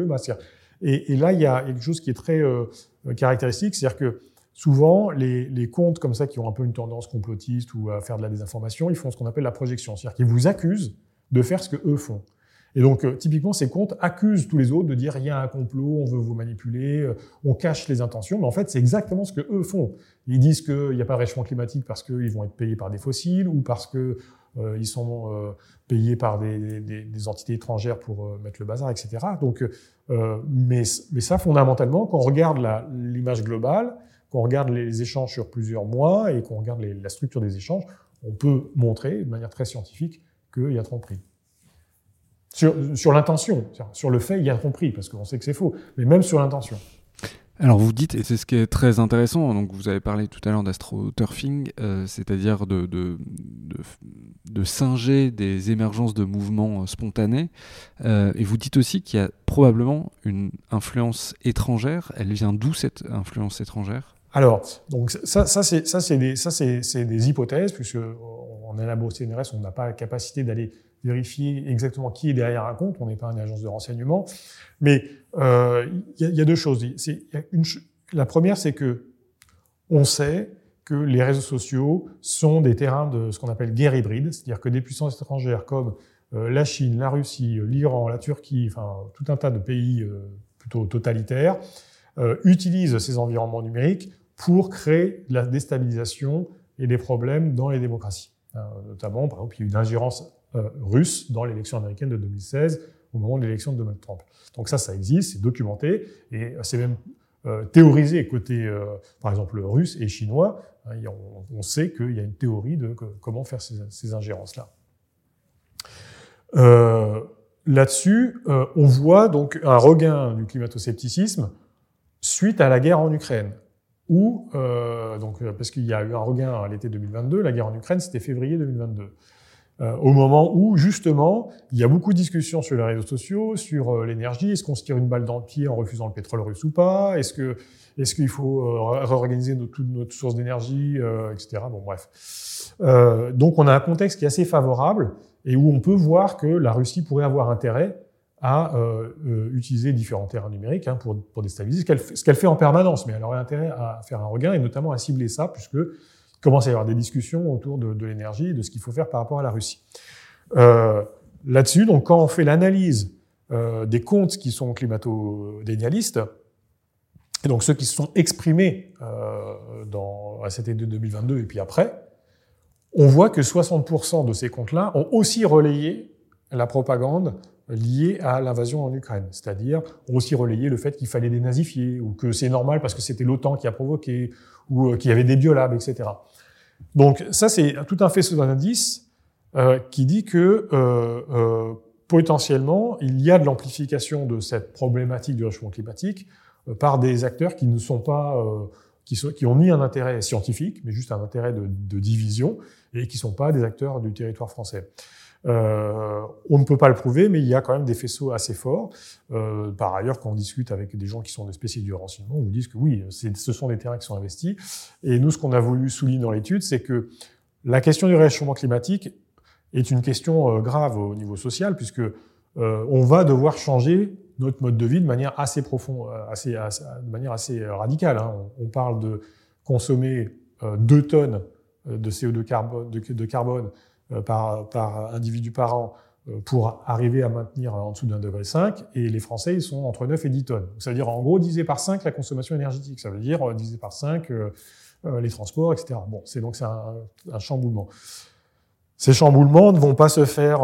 et là, il y a quelque chose qui est très caractéristique, c'est-à-dire que souvent, les comptes comme ça qui ont un peu une tendance complotiste ou à faire de la désinformation, ils font ce qu'on appelle la projection, c'est-à-dire qu'ils vous accusent de faire ce que eux font. Et donc, typiquement, ces comptes accusent tous les autres de dire « il y a un complot, on veut vous manipuler, on cache les intentions », mais en fait, c'est exactement ce que eux font. Ils disent qu'il n'y a pas de réchauffement climatique parce qu'ils vont être payés par des fossiles ou parce que ils sont payés par des entités étrangères pour mettre le bazar, etc. Donc, mais ça, fondamentalement, quand on regarde l'image globale, quand on regarde les échanges sur plusieurs mois et qu'on regarde la structure des échanges, on peut montrer de manière très scientifique qu'il y a tromperie. Sur l'intention, sur le fait, il y a tromperie, parce qu'on sait que c'est faux, mais même sur l'intention. Alors vous dites, et c'est ce qui est très intéressant, donc vous avez parlé tout à l'heure d'astroturfing, c'est-à-dire de singer des émergences de mouvements spontanés, et vous dites aussi qu'il y a probablement une influence étrangère. Elle vient d'où cette influence étrangère ? Alors, donc ça c'est des hypothèses, puisque en LabO-CNRS, on n'a pas la capacité d'aller vérifier exactement qui est derrière un compte. On n'est pas une agence de renseignement. Mais il y a deux choses. La première, c'est que on sait que les réseaux sociaux sont des terrains de ce qu'on appelle guerre hybride, c'est-à-dire que des puissances étrangères comme la Chine, la Russie, l'Iran, la Turquie, enfin tout un tas de pays plutôt totalitaires utilisent ces environnements numériques pour créer de la déstabilisation et des problèmes dans les démocraties. Notamment, par exemple, il y a eu une ingérence russe dans l'élection américaine de 2016 au moment de l'élection de Donald Trump. Donc ça existe, c'est documenté et c'est même théorisé côté, par exemple, russe et chinois. On sait qu'il y a une théorie de comment faire ces ingérences-là. Là-dessus, on voit donc un regain du climato-scepticisme suite à la guerre en Ukraine. Parce qu'il y a eu un regain à l'été 2022, la guerre en Ukraine, c'était février 2022. Au moment où, justement, il y a beaucoup de discussions sur les réseaux sociaux, sur l'énergie. Est-ce qu'on se tire une balle dans le pied en refusant le pétrole russe ou pas ? Est-ce qu'il faut réorganiser toute notre source d'énergie, etc. Bon, bref. Donc, on a un contexte qui est assez favorable et où on peut voir que la Russie pourrait avoir intérêt à utiliser différents terrains numériques pour déstabiliser, ce qu'elle fait en permanence, mais elle aurait intérêt à faire un regain et notamment à cibler ça, puisque commence à y avoir des discussions autour de l'énergie et de ce qu'il faut faire par rapport à la Russie. Là-dessus, donc, quand on fait l'analyse des comptes qui sont climato-dénialistes, et donc ceux qui se sont exprimés à cet été 2022 et puis après, on voit que 60% de ces comptes-là ont aussi relayé la propagande liée à l'invasion en Ukraine. C'est-à-dire, ont aussi relayé le fait qu'il fallait dénazifier, ou que c'est normal parce que c'était l'OTAN qui a provoqué, ou qu'il y avait des biolabs, etc. Donc ça, c'est tout un faisceau d'indices qui dit que potentiellement, il y a de l'amplification de cette problématique du réchauffement climatique par des acteurs qui ne sont pas, qui ont ni un intérêt scientifique, mais juste un intérêt de division, et qui ne sont pas des acteurs du territoire français. On ne peut pas le prouver, mais il y a quand même des faisceaux assez forts. Par ailleurs, quand on discute avec des gens qui sont des spécialistes du renseignement, on vous dit que oui, ce sont des terrains qui sont investis. Et nous, ce qu'on a voulu souligner dans l'étude, c'est que la question du réchauffement climatique est une question grave au niveau social, puisque on va devoir changer notre mode de vie de manière assez profonde, de manière assez radicale. On parle de consommer 2 tonnes de CO2 carbone par individu par an pour arriver à maintenir en dessous d'1,5 degré, et les Français, ils sont entre 9 et 10 tonnes. Donc, ça veut dire, en gros, diviser par 5 la consommation énergétique. Ça veut dire diviser par 5 les transports, etc. Bon, c'est un chamboulement. Ces chamboulements ne vont pas se faire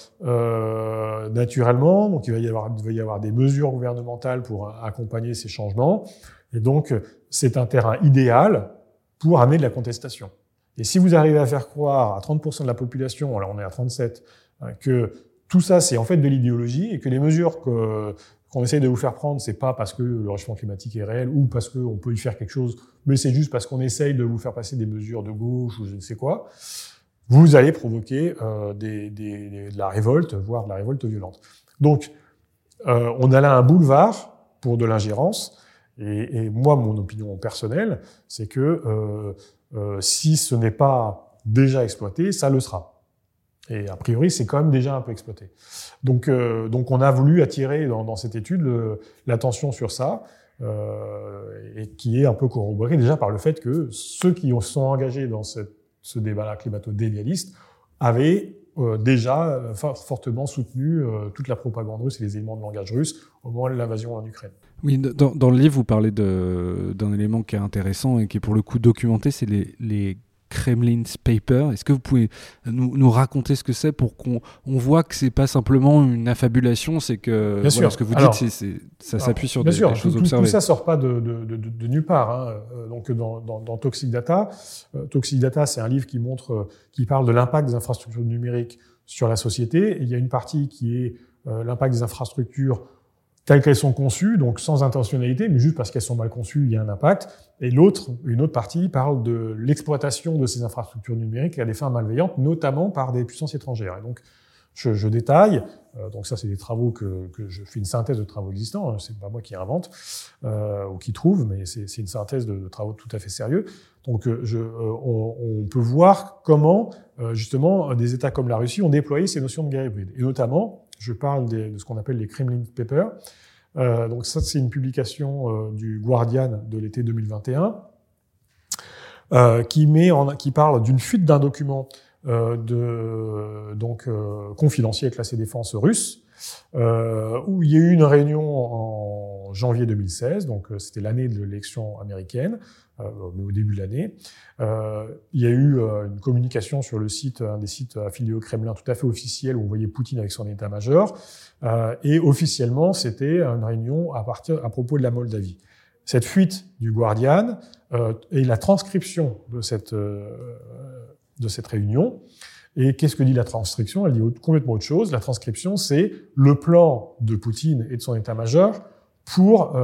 naturellement, donc il va y avoir des mesures gouvernementales pour accompagner ces changements, et donc c'est un terrain idéal pour amener de la contestation. Et si vous arrivez à faire croire à 30% de la population, alors on est à 37, que tout ça c'est en fait de l'idéologie, et que les mesures qu'on essaye de vous faire prendre, c'est pas parce que le réchauffement climatique est réel ou parce qu'on peut y faire quelque chose, mais c'est juste parce qu'on essaye de vous faire passer des mesures de gauche ou je ne sais quoi, vous allez provoquer de la révolte, voire de la révolte violente. Donc, on a là un boulevard pour de l'ingérence, et moi, mon opinion personnelle, c'est que si ce n'est pas déjà exploité, ça le sera. Et a priori, c'est quand même déjà un peu exploité. Donc on a voulu attirer dans cette étude l'attention sur ça, et qui est un peu corroboré déjà par le fait que ceux qui sont engagés dans ce débat-là climato-dénialiste avaient déjà fortement soutenu toute la propagande russe et les éléments de langage russe au moment de l'invasion en Ukraine. Oui, dans le livre, vous parlez d'un élément qui est intéressant et qui est pour le coup documenté, c'est les Kremlin's Papers. Est-ce que vous pouvez nous raconter ce que c'est pour qu'on voit que c'est pas simplement une affabulation, c'est que bien sûr. Ce que vous dites, ça s'appuie sur des choses observées. Tout ça sort pas de nulle part. Donc dans Toxic Data, c'est un livre qui parle de l'impact des infrastructures numériques sur la société. Et il y a une partie qui est l'impact des infrastructures telles qu'elles sont conçues, donc sans intentionnalité, mais juste parce qu'elles sont mal conçues, il y a un impact. Et une autre partie parle de l'exploitation de ces infrastructures numériques à des fins malveillantes, notamment par des puissances étrangères. Et donc, je détaille. Donc ça, c'est des travaux que je fais une synthèse de travaux existants. C'est pas moi qui invente ou qui trouve, mais c'est une synthèse de travaux tout à fait sérieux. Donc, on peut voir comment, justement, des États comme la Russie ont déployé ces notions de guerre hybride. Et notamment, je parle de ce qu'on appelle les Kremlin Papers. Donc ça, c'est une publication du Guardian de l'été 2021 qui parle d'une fuite d'un document confidentiel classé défense russe, où il y a eu une réunion en janvier 2016, donc c'était l'année de l'élection américaine, mais au début de l'année. Il y a eu une communication sur le site, un des sites affiliés au Kremlin, tout à fait officiel, où on voyait Poutine avec son état-major, et officiellement, c'était une réunion à propos de la Moldavie. Cette fuite du Guardian et la transcription de cette réunion. Et qu'est-ce que dit la transcription? Elle dit complètement autre chose. La transcription, c'est le plan de Poutine et de son état-major pour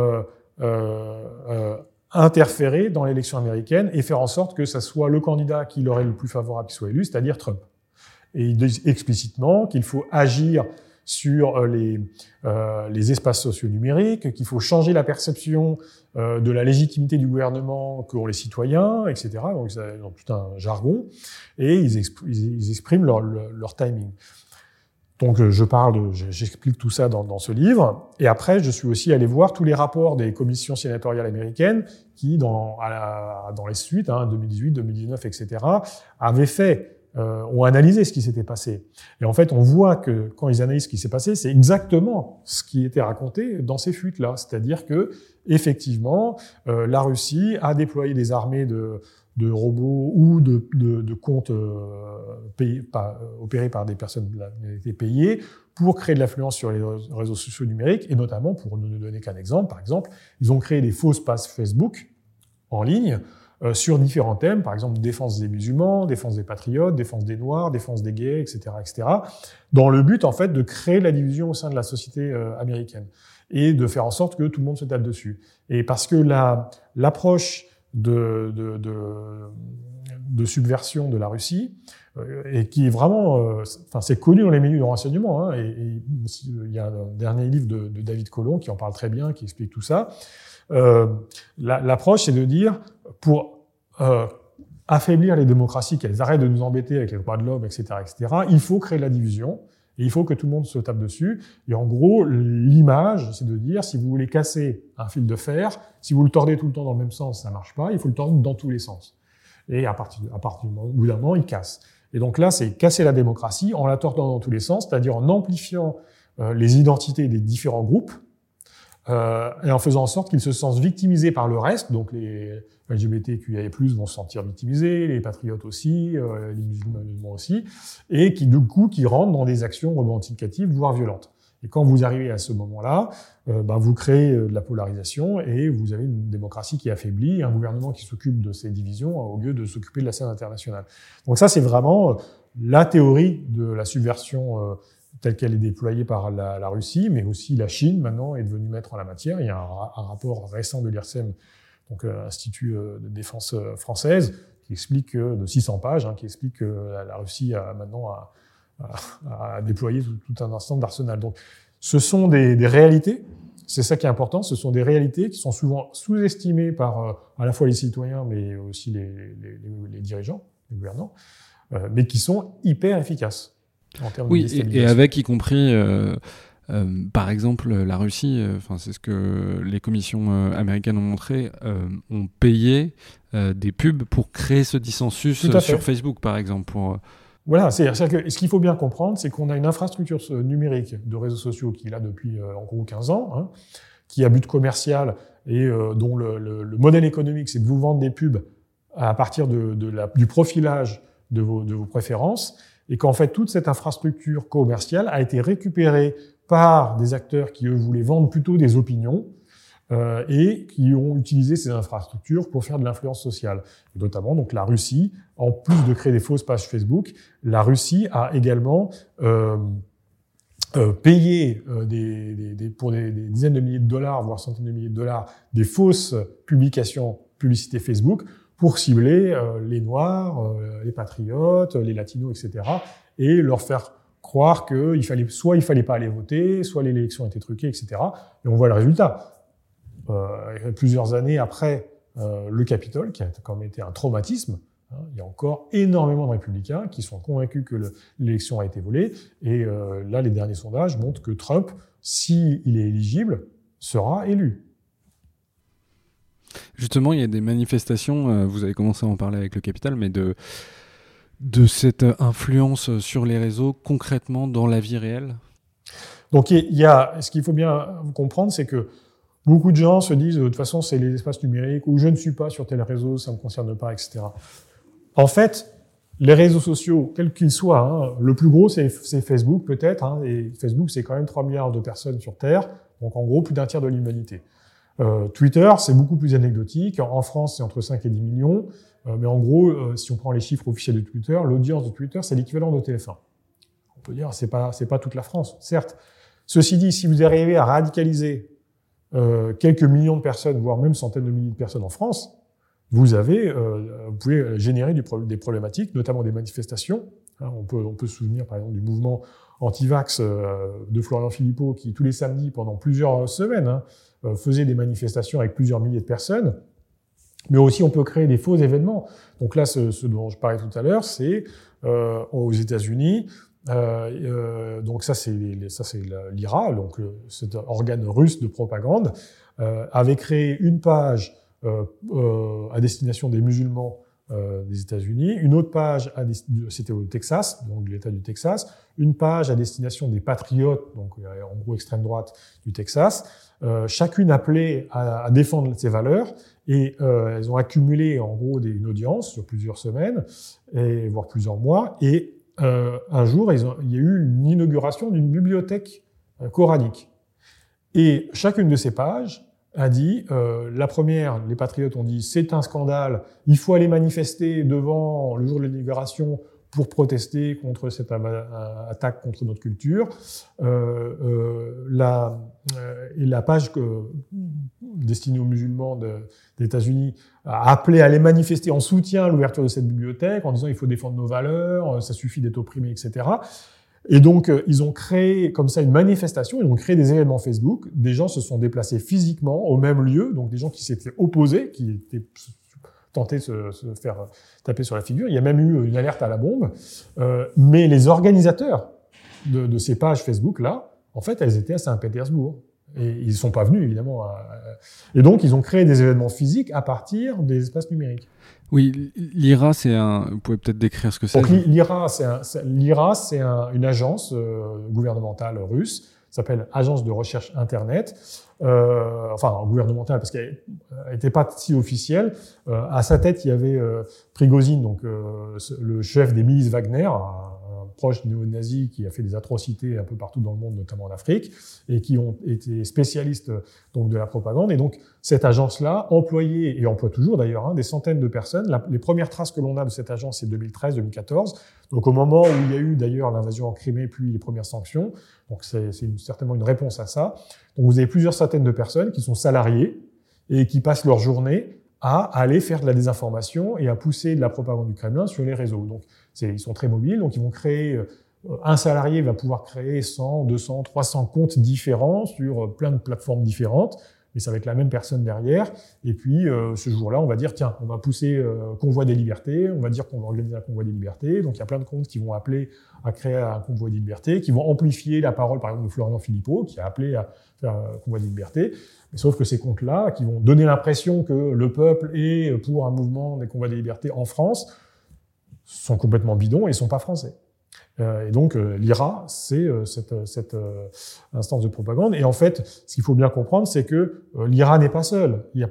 interférer dans l'élection américaine et faire en sorte que ça soit le candidat qui leur est le plus favorable qui soit élu, c'est-à-dire Trump. Et ils disent explicitement qu'il faut agir sur les espaces sociaux numériques, qu'il faut changer la perception de la légitimité du gouvernement qu'ont les citoyens, etc. Donc, ils ont tout un jargon, et ils expriment leur timing. Donc, j'explique tout ça dans ce livre. Et après, je suis aussi allé voir tous les rapports des commissions sénatoriales américaines qui, dans les suites, 2018, 2019, etc., ont analysé ce qui s'était passé. Et en fait, on voit que quand ils analysent ce qui s'est passé, c'est exactement ce qui était raconté dans ces fuites-là. C'est-à-dire que, effectivement, la Russie a déployé des armées de robots ou de comptes opérés par des personnes qui étaient payées pour créer de l'influence sur les réseaux sociaux numériques, et notamment, pour ne donner qu'un exemple, par exemple, ils ont créé des fausses pages Facebook en ligne sur différents thèmes, par exemple défense des musulmans, défense des patriotes, défense des noirs, défense des gays, etc., dans le but en fait de créer la division au sein de la société américaine et de faire en sorte que tout le monde se tape dessus. Et parce que l'approche de subversion de la Russie et qui est vraiment, c'est connu dans les milieux de renseignement. Hein, et il y a un dernier livre de David Colomb qui en parle très bien, qui explique tout ça. L'approche, c'est de dire, pour affaiblir les démocraties, qu'elles arrêtent de nous embêter avec les droits de l'homme, etc., il faut créer la division et il faut que tout le monde se tape dessus. Et en gros, l'image, c'est de dire, si vous voulez casser un fil de fer, si vous le tordez tout le temps dans le même sens, ça marche pas, il faut le tordre dans tous les sens. Et à partir du bout d'un moment, il casse. Et donc là, c'est casser la démocratie en la tordant dans tous les sens, c'est-à-dire en amplifiant les identités des différents groupes, et en faisant en sorte qu'ils se sentent victimisés par le reste. Donc les LGBTQIA+, vont se sentir victimisés, les patriotes aussi, les musulmans aussi, et qui rentrent dans des actions revendicatives, voire violentes. Et quand vous arrivez à ce moment-là, vous créez de la polarisation et vous avez une démocratie qui est affaiblie, un gouvernement qui s'occupe de ces divisions au lieu de s'occuper de la scène internationale. Donc ça, c'est vraiment la théorie de la subversion telle qu'elle est déployée par la Russie, mais aussi la Chine maintenant est devenue maître en la matière. Il y a un rapport récent de l'IRSEM, donc Institut de défense française, qui explique de 600 pages, qui explique que la Russie a maintenant à déployer tout un ensemble d'arsenal. Donc, ce sont des réalités, c'est ça qui est important, ce sont des réalités qui sont souvent sous-estimées par à la fois les citoyens, mais aussi les dirigeants, les gouvernants, mais qui sont hyper efficaces en termes de déstabilisation. Et avec y compris, par exemple, la Russie, c'est ce que les commissions américaines ont montré, ont payé des pubs pour créer ce dissensus sur Facebook, par exemple, Voilà, c'est-à-dire que ce qu'il faut bien comprendre, c'est qu'on a une infrastructure numérique de réseaux sociaux qui est là depuis en gros 15 ans, qui a but commercial et dont le modèle économique, c'est de vous vendre des pubs à partir du profilage de vos préférences, et qu'en fait, toute cette infrastructure commerciale a été récupérée par des acteurs qui, eux, voulaient vendre plutôt des opinions, et qui ont utilisé ces infrastructures pour faire de l'influence sociale. Et notamment, donc, la Russie, en plus de créer des fausses pages Facebook, la Russie a également payé pour des dizaines de milliers de dollars, voire centaines de milliers de dollars, des fausses publicités Facebook pour cibler les Noirs, les patriotes, les Latinos, etc., et leur faire croire qu'il fallait pas aller voter, soit l'élection était truquée, etc. Et on voit le résultat. Plusieurs années après le Capitole, qui a quand même été un traumatisme, il y a encore énormément de républicains qui sont convaincus que l'élection a été volée. Et là, les derniers sondages montrent que Trump, s'il est éligible, sera élu. Justement, il y a des manifestations, vous avez commencé à en parler avec le Capitole, mais de cette influence sur les réseaux concrètement dans la vie réelle. Donc, ce qu'il faut bien comprendre, c'est que beaucoup de gens se disent, de toute façon, c'est les espaces numériques, ou je ne suis pas sur tel réseau, ça ne me concerne pas, etc. En fait, les réseaux sociaux, quels qu'ils soient, le plus gros, c'est Facebook, peut-être, et Facebook, c'est quand même 3 milliards de personnes sur Terre, donc en gros, plus d'un tiers de l'humanité. Twitter, c'est beaucoup plus anecdotique. En France, c'est entre 5 et 10 millions. Mais en gros, si on prend les chiffres officiels de Twitter, l'audience de Twitter, c'est l'équivalent de TF1. On peut dire, c'est pas toute la France, certes. Ceci dit, si vous arrivez à radicaliser quelques millions de personnes, voire même centaines de milliers de personnes en France, vous pouvez générer des problématiques, notamment des manifestations. On peut se souvenir, par exemple, du mouvement anti-vax de Florian Philippot, qui, tous les samedis, pendant plusieurs semaines, faisait des manifestations avec plusieurs milliers de personnes. Mais aussi, on peut créer des faux événements. Donc là, ce dont je parlais tout à l'heure, c'est aux États-Unis. Donc ça, c'est l'IRA, donc cet organe russe de propagande, avait créé une page à destination des musulmans des États-Unis, une autre page c'était au Texas, donc l'État du Texas, une page à destination des patriotes, donc en gros extrême droite du Texas. Chacune appelait à défendre ses valeurs et elles ont accumulé en gros une audience sur plusieurs semaines et voire plusieurs mois. Et un jour, il y a eu une inauguration d'une bibliothèque coranique. Et chacune de ces pages a dit, la première, les patriotes ont dit, c'est un scandale, il faut aller manifester devant le jour de la libération pour protester contre cette attaque contre notre culture. Et la page destinée aux musulmans des États-Unis a appelé à aller manifester en soutien à l'ouverture de cette bibliothèque, en disant il faut défendre nos valeurs, ça suffit d'être opprimé, etc. Et donc, ils ont créé comme ça une manifestation, ils ont créé des événements Facebook, des gens se sont déplacés physiquement au même lieu, donc des gens qui s'étaient opposés, qui étaient tentés de se faire taper sur la figure. Il y a même eu une alerte à la bombe. Mais les organisateurs de ces pages Facebook-là, en fait, elles étaient à Saint-Pétersbourg. Et ils ne sont pas venus, évidemment. Et donc, ils ont créé des événements physiques à partir des espaces numériques. Oui, l'IRA, vous pouvez peut-être décrire ce que c'est. Donc, l'IRA, c'est une agence gouvernementale russe, s'appelle Agence de recherche Internet, enfin gouvernementale parce qu'elle n'était pas si officielle. À sa tête, il y avait Prigozhin, donc le chef des milices Wagner, un proche néo-nazi qui a fait des atrocités un peu partout dans le monde, notamment en Afrique, et qui ont été spécialistes donc de la propagande. Et donc cette agence-là employait, et emploie toujours d'ailleurs, des centaines de personnes. Les premières traces que l'on a de cette agence, c'est 2013-2014. Donc au moment où il y a eu d'ailleurs l'invasion en Crimée, puis les premières sanctions. Donc c'est certainement une réponse à ça. Donc vous avez plusieurs centaines de personnes qui sont salariées et qui passent leur journée à aller faire de la désinformation et à pousser de la propagande du Kremlin sur les réseaux. Donc ils sont très mobiles, donc ils vont créer, un salarié va pouvoir créer 100, 200, 300 comptes différents sur plein de plateformes différentes, mais ça va être la même personne derrière. Et puis ce jour-là, on va dire, tiens, on va pousser convoi des libertés, on va dire qu'on va organiser un convoi des libertés. Donc il y a plein de comptes qui vont appeler à créer un convoi des libertés, qui vont amplifier la parole, par exemple, de Florian Philippot, qui a appelé à faire un convoi des libertés. Mais sauf que ces comptes-là, qui vont donner l'impression que le peuple est pour un mouvement des convois des libertés en France, sont complètement bidons et ne sont pas français. Et donc, l'IRA, c'est cette instance de propagande. Et en fait, ce qu'il faut bien comprendre, c'est que l'IRA n'est pas seul. Il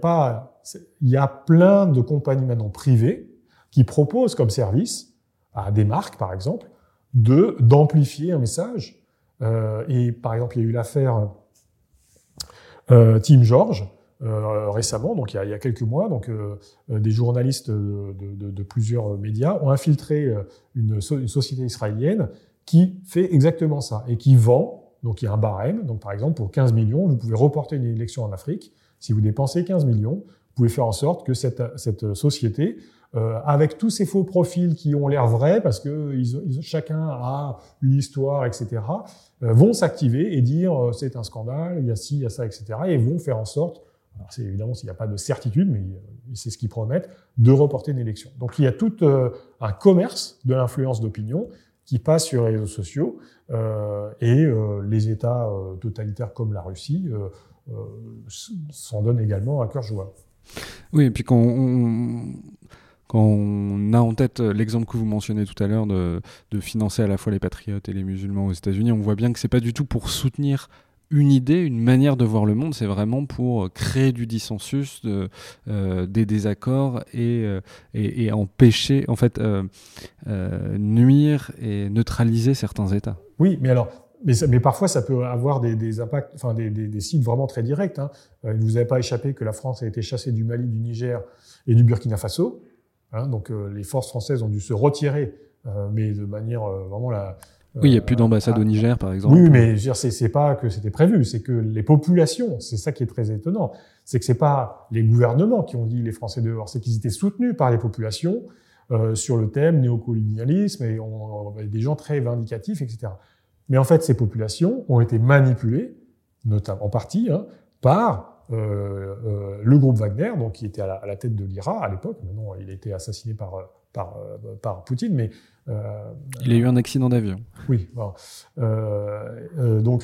y a plein de compagnies maintenant privées qui proposent comme service à des marques, par exemple, d'amplifier un message. Et par exemple, il y a eu l'affaire Team George, récemment, donc il y a quelques mois, donc des journalistes de plusieurs médias ont infiltré une société israélienne qui fait exactement ça et qui vend, donc il y a un barème, donc par exemple pour 15 millions, vous pouvez reporter une élection en Afrique. Si vous dépensez 15 millions, vous pouvez faire en sorte que cette société, avec tous ces faux profils qui ont l'air vrais parce que chacun a une histoire, etc., vont s'activer et dire c'est un scandale, il y a ci, il y a ça, etc., et vont faire en sorte, alors c'est évidemment s'il n'y a pas de certitude, mais c'est ce qu'ils promettent, de reporter une élection. Donc il y a tout un commerce de l'influence d'opinion qui passe sur les réseaux sociaux, et les États totalitaires comme la Russie s'en donnent également à cœur joie. Oui, et puis quand on a en tête l'exemple que vous mentionnez tout à l'heure de financer à la fois les patriotes et les musulmans aux États-Unis, on voit bien que c'est pas du tout pour soutenir une idée, une manière de voir le monde, c'est vraiment pour créer du dissensus, des désaccords et empêcher, en fait, nuire et neutraliser certains États. Oui, mais parfois ça peut avoir des impacts, enfin des sites vraiment très directs. Il ne vous avait pas échappé que la France a été chassée du Mali, du Niger et du Burkina Faso. Donc les forces françaises ont dû se retirer, mais de manière vraiment oui, il n'y a plus d'ambassade au Niger, par exemple. Oui, mais je veux dire, c'est pas que c'était prévu, c'est que les populations, c'est ça qui est très étonnant, c'est que c'est pas les gouvernements qui ont dit les Français dehors, c'est qu'ils étaient soutenus par les populations sur le thème néocolonialisme et on avait des gens très vindicatifs, etc. Mais en fait, ces populations ont été manipulées, notamment en partie, par le groupe Wagner, donc qui était à la tête de l'IRA à l'époque. Maintenant, il a été assassiné par Poutine, mais il a eu un accident d'avion. Oui. Bon. Donc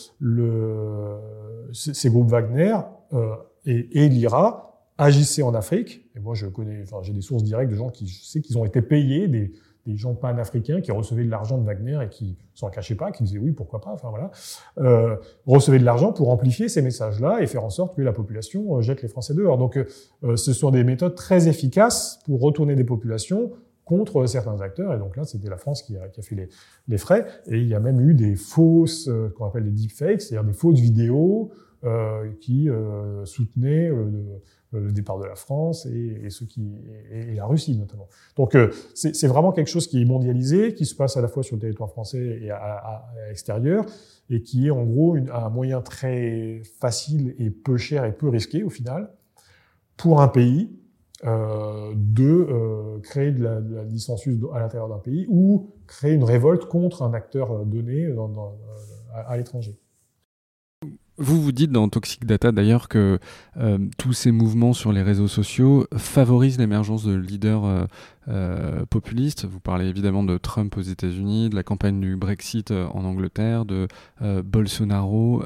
ces groupes Wagner et l'IRA agissaient en Afrique. Et moi, j'ai des sources directes de gens qui, je sais qu'ils ont été payés, des gens panafricains qui recevaient de l'argent de Wagner et qui s'en cachaient pas, qui disaient oui, pourquoi pas, enfin voilà, recevaient de l'argent pour amplifier ces messages-là et faire en sorte que la population jette les Français dehors. Donc, ce sont des méthodes très efficaces pour retourner des populations contre certains acteurs. Et donc là, c'était la France qui a fait les frais. Et il y a même eu des fausses, qu'on appelle des deepfakes, c'est-à-dire des fausses vidéos qui soutenaient le départ de la France et la Russie notamment. Donc c'est vraiment quelque chose qui est mondialisé, qui se passe à la fois sur le territoire français et à l'extérieur, et qui est en gros un moyen très facile et peu cher et peu risqué au final pour un pays de créer de la dissensus à l'intérieur d'un pays ou créer une révolte contre un acteur donné à l'étranger. Vous dites dans Toxic Data d'ailleurs que tous ces mouvements sur les réseaux sociaux favorisent l'émergence de leaders populistes. Vous parlez évidemment de Trump aux États-Unis, de la campagne du Brexit en Angleterre, de Bolsonaro.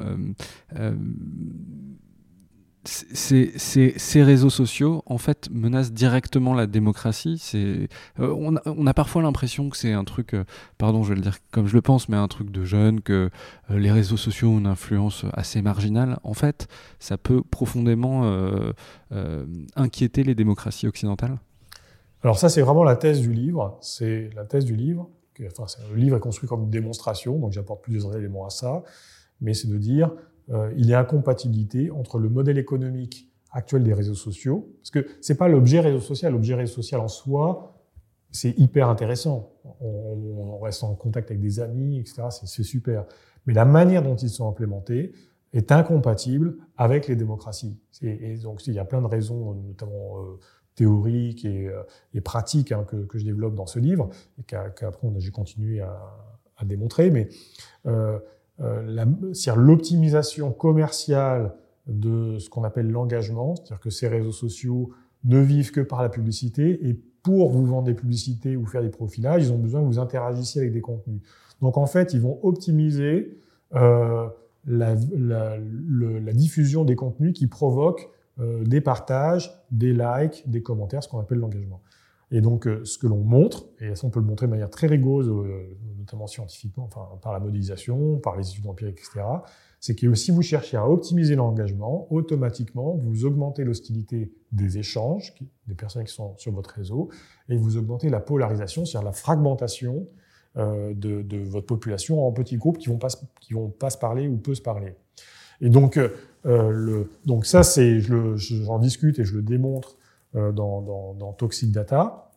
Ces réseaux sociaux, en fait, menacent directement la démocratie. On a parfois l'impression que c'est un truc, pardon, je vais le dire comme je le pense, mais un truc de jeunes, que les réseaux sociaux ont une influence assez marginale. En fait, ça peut profondément inquiéter les démocraties occidentales. Alors ça, c'est vraiment la thèse du livre. C'est la thèse du livre. Le livre est construit comme une démonstration, donc j'apporte plusieurs éléments à ça. Mais c'est de dire... il y a incompatibilité entre le modèle économique actuel des réseaux sociaux, parce que c'est pas l'objet réseau social. L'objet réseau social en soi, c'est hyper intéressant. On reste en contact avec des amis, etc. C'est super. Mais la manière dont ils sont implémentés est incompatible avec les démocraties. Et donc il y a plein de raisons, notamment théoriques et pratiques, que je développe dans ce livre, et qu'après j'ai continué à démontrer. Mais c'est-à-dire l'optimisation commerciale de ce qu'on appelle l'engagement, c'est-à-dire que ces réseaux sociaux ne vivent que par la publicité, et pour vous vendre des publicités ou faire des profilages, ils ont besoin que vous interagissiez avec des contenus. Donc en fait, ils vont optimiser la diffusion des contenus qui provoquent des partages, des likes, des commentaires, ce qu'on appelle l'engagement. Et donc, ce que l'on montre, et ça on peut le montrer de manière très rigoureuse, notamment scientifiquement, enfin, par la modélisation, par les études empiriques, etc., c'est que si vous cherchez à optimiser l'engagement, automatiquement, vous augmentez l'hostilité des échanges, des personnes qui sont sur votre réseau, et vous augmentez la polarisation, c'est-à-dire la fragmentation de votre population en petits groupes qui vont pas se parler ou peu se parler. Et donc, donc ça, j'en discute et je le démontre dans Toxic Data.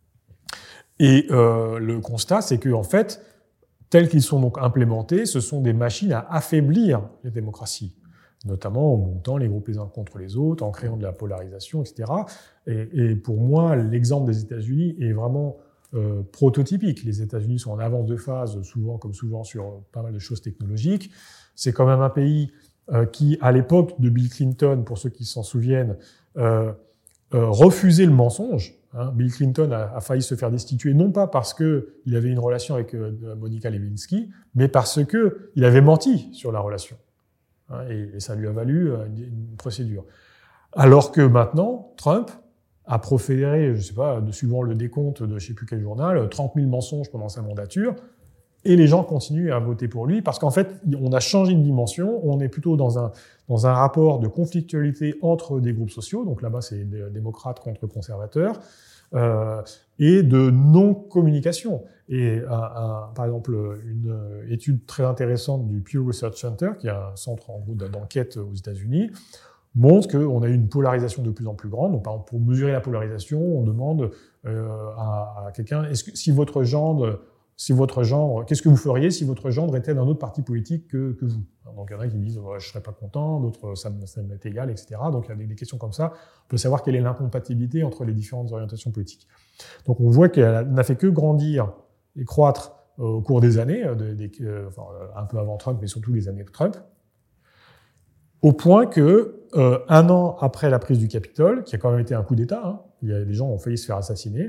Et le constat, c'est que en fait, tels qu'ils sont donc implémentés, ce sont des machines à affaiblir les démocraties, notamment en montant les groupes les uns contre les autres, en créant de la polarisation, etc. Et pour moi, l'exemple des États-Unis est vraiment prototypique. Les États-Unis sont en avance de phase, comme souvent sur pas mal de choses technologiques. C'est quand même un pays qui, à l'époque de Bill Clinton, pour ceux qui s'en souviennent, refusait le mensonge. Bill Clinton a failli se faire destituer, non pas parce qu'il avait une relation avec Monica Lewinsky, mais parce qu'il avait menti sur la relation. Et ça lui a valu une procédure. Alors que maintenant, Trump a proféré, je sais pas, suivant le décompte de je sais plus quel journal, 30 000 mensonges pendant sa mandature, et les gens continuent à voter pour lui, parce qu'en fait, on a changé de dimension, on est plutôt dans un rapport de conflictualité entre des groupes sociaux, donc là-bas c'est démocrates contre conservateurs, et de non-communication. Et par exemple, une étude très intéressante du Pew Research Center, qui est un centre en gros d'enquête aux États-Unis, montre qu'on a eu une polarisation de plus en plus grande. Donc, par exemple, pour mesurer la polarisation, on demande à quelqu'un, si votre genre, qu'est-ce que vous feriez si votre gendre était d'un autre parti politique que vous? Donc, il y en a qui disent je serais pas content, d'autres ça m'est égal, etc. Donc, il y a des questions comme ça. On peut savoir quelle est l'incompatibilité entre les différentes orientations politiques. Donc, on voit qu'elle n'a fait que grandir et croître au cours des années, un peu avant Trump, mais surtout les années de Trump, au point que un an après la prise du Capitole, qui a quand même été un coup d'État, les gens ont failli se faire assassiner.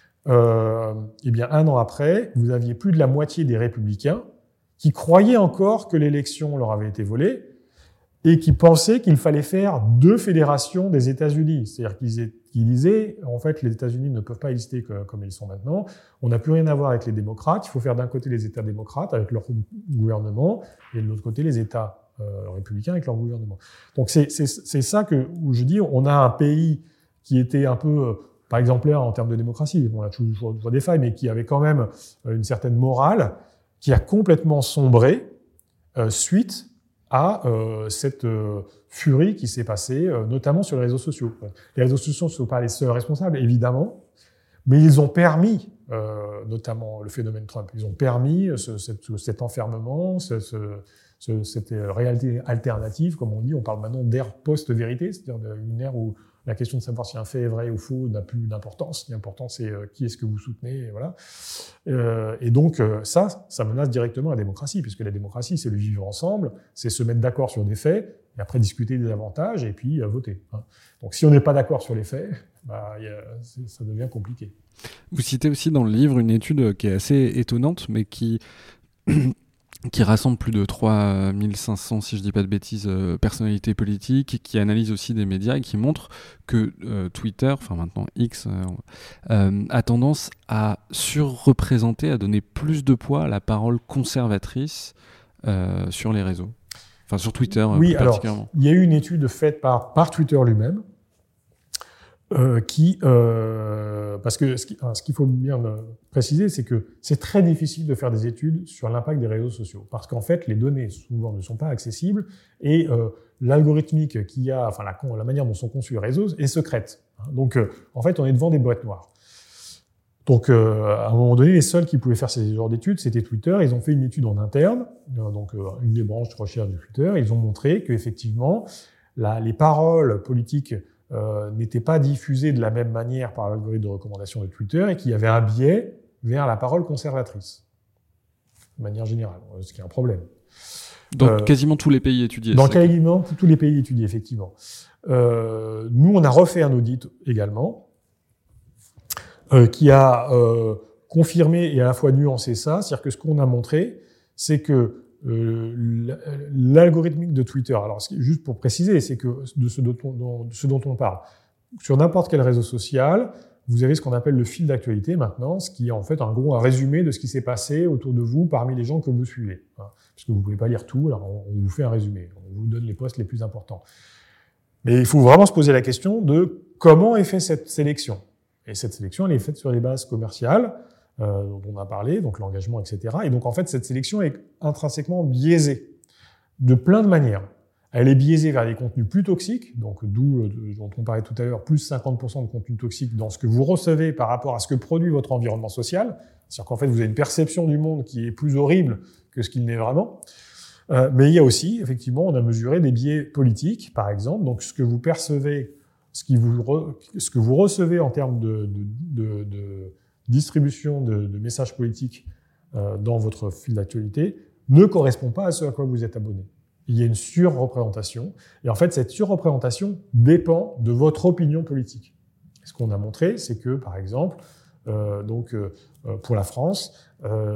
Eh bien, un an après, vous aviez plus de la moitié des républicains qui croyaient encore que l'élection leur avait été volée et qui pensaient qu'il fallait faire 2 fédérations des États-Unis. C'est-à-dire qu'ils disaient, en fait, les États-Unis ne peuvent pas exister comme ils sont maintenant. On n'a plus rien à voir avec les démocrates. Il faut faire d'un côté les États démocrates avec leur gouvernement et de l'autre côté les États républicains avec leur gouvernement. Donc c'est ça où je dis, on a un pays qui était un peu pas exemplaire en termes de démocratie, on a toujours des failles, mais qui avait quand même une certaine morale, qui a complètement sombré suite à cette furie qui s'est passée, notamment sur les réseaux sociaux. Les réseaux sociaux ne sont pas les seuls responsables, évidemment, mais ils ont permis, notamment le phénomène Trump, ils ont permis cet enfermement, cette réalité alternative, comme on dit. On parle maintenant d'ère post-vérité, c'est-à-dire une ère où la question de savoir si un fait est vrai ou faux n'a plus d'importance. L'important, c'est qui est-ce que vous soutenez, et voilà. Et donc, ça menace directement la démocratie, puisque la démocratie, c'est le vivre ensemble, c'est se mettre d'accord sur des faits, et après discuter des avantages, et puis voter. Donc, si on n'est pas d'accord sur les faits, ça devient compliqué. Vous citez aussi dans le livre une étude qui est assez étonnante, mais qui rassemble plus de 3500, si je dis pas de bêtises, personnalités politiques, qui analyse aussi des médias et qui montre que Twitter, enfin maintenant X, a tendance à surreprésenter, à donner plus de poids à la parole conservatrice sur les réseaux. Enfin, sur Twitter, oui, plus particulièrement. Alors, il y a eu une étude faite par Twitter lui-même, parce que ce qu'il faut bien préciser, c'est que c'est très difficile de faire des études sur l'impact des réseaux sociaux, parce qu'en fait, les données souvent ne sont pas accessibles, et l'algorithmique qu'il y a, enfin la manière dont sont conçus les réseaux est secrète. Donc, en fait, on est devant des boîtes noires. Donc, à un moment donné, les seuls qui pouvaient faire ces genres d'études, c'était Twitter. Ils ont fait une étude en interne, donc une des branches de recherche de Twitter. Ils ont montré qu'effectivement, les paroles politiques n'étaient pas diffusées de la même manière par l'algorithme de recommandation de Twitter et qu'il y avait un biais vers la parole conservatrice, de manière générale, ce qui est un problème. Dans quasiment tous les pays étudiés. Dans quasiment tous les pays étudiés, effectivement. Nous, on a refait un audit également, qui a confirmé et à la fois nuancé ça. C'est-à-dire que ce qu'on a montré, c'est que l'algorithmique de Twitter, alors juste pour préciser, c'est que de ce dont on parle, sur n'importe quel réseau social, vous avez ce qu'on appelle le fil d'actualité maintenant, ce qui est en fait en gros un résumé de ce qui s'est passé autour de vous parmi les gens que vous suivez. Parce que vous ne pouvez pas lire tout, alors on vous fait un résumé, on vous donne les posts les plus importants. Mais il faut vraiment se poser la question de comment est faite cette sélection. Et cette sélection, elle est faite sur les bases commerciales, dont on a parlé, donc l'engagement, etc. Et donc, en fait, cette sélection est intrinsèquement biaisée, de plein de manières. Elle est biaisée vers des contenus plus toxiques, donc d'où, dont on parlait tout à l'heure, plus 50% de contenus toxiques dans ce que vous recevez par rapport à ce que produit votre environnement social. C'est-à-dire qu'en fait, vous avez une perception du monde qui est plus horrible que ce qu'il n'est vraiment. Mais il y a aussi, effectivement, on a mesuré des biais politiques, par exemple, donc ce que vous percevez, ce que vous recevez en termes de distribution de messages politiques dans votre fil d'actualité ne correspond pas à ce à quoi vous êtes abonné. Il y a une surreprésentation, et en fait, cette surreprésentation dépend de votre opinion politique. Ce qu'on a montré, c'est que, par exemple, pour la France,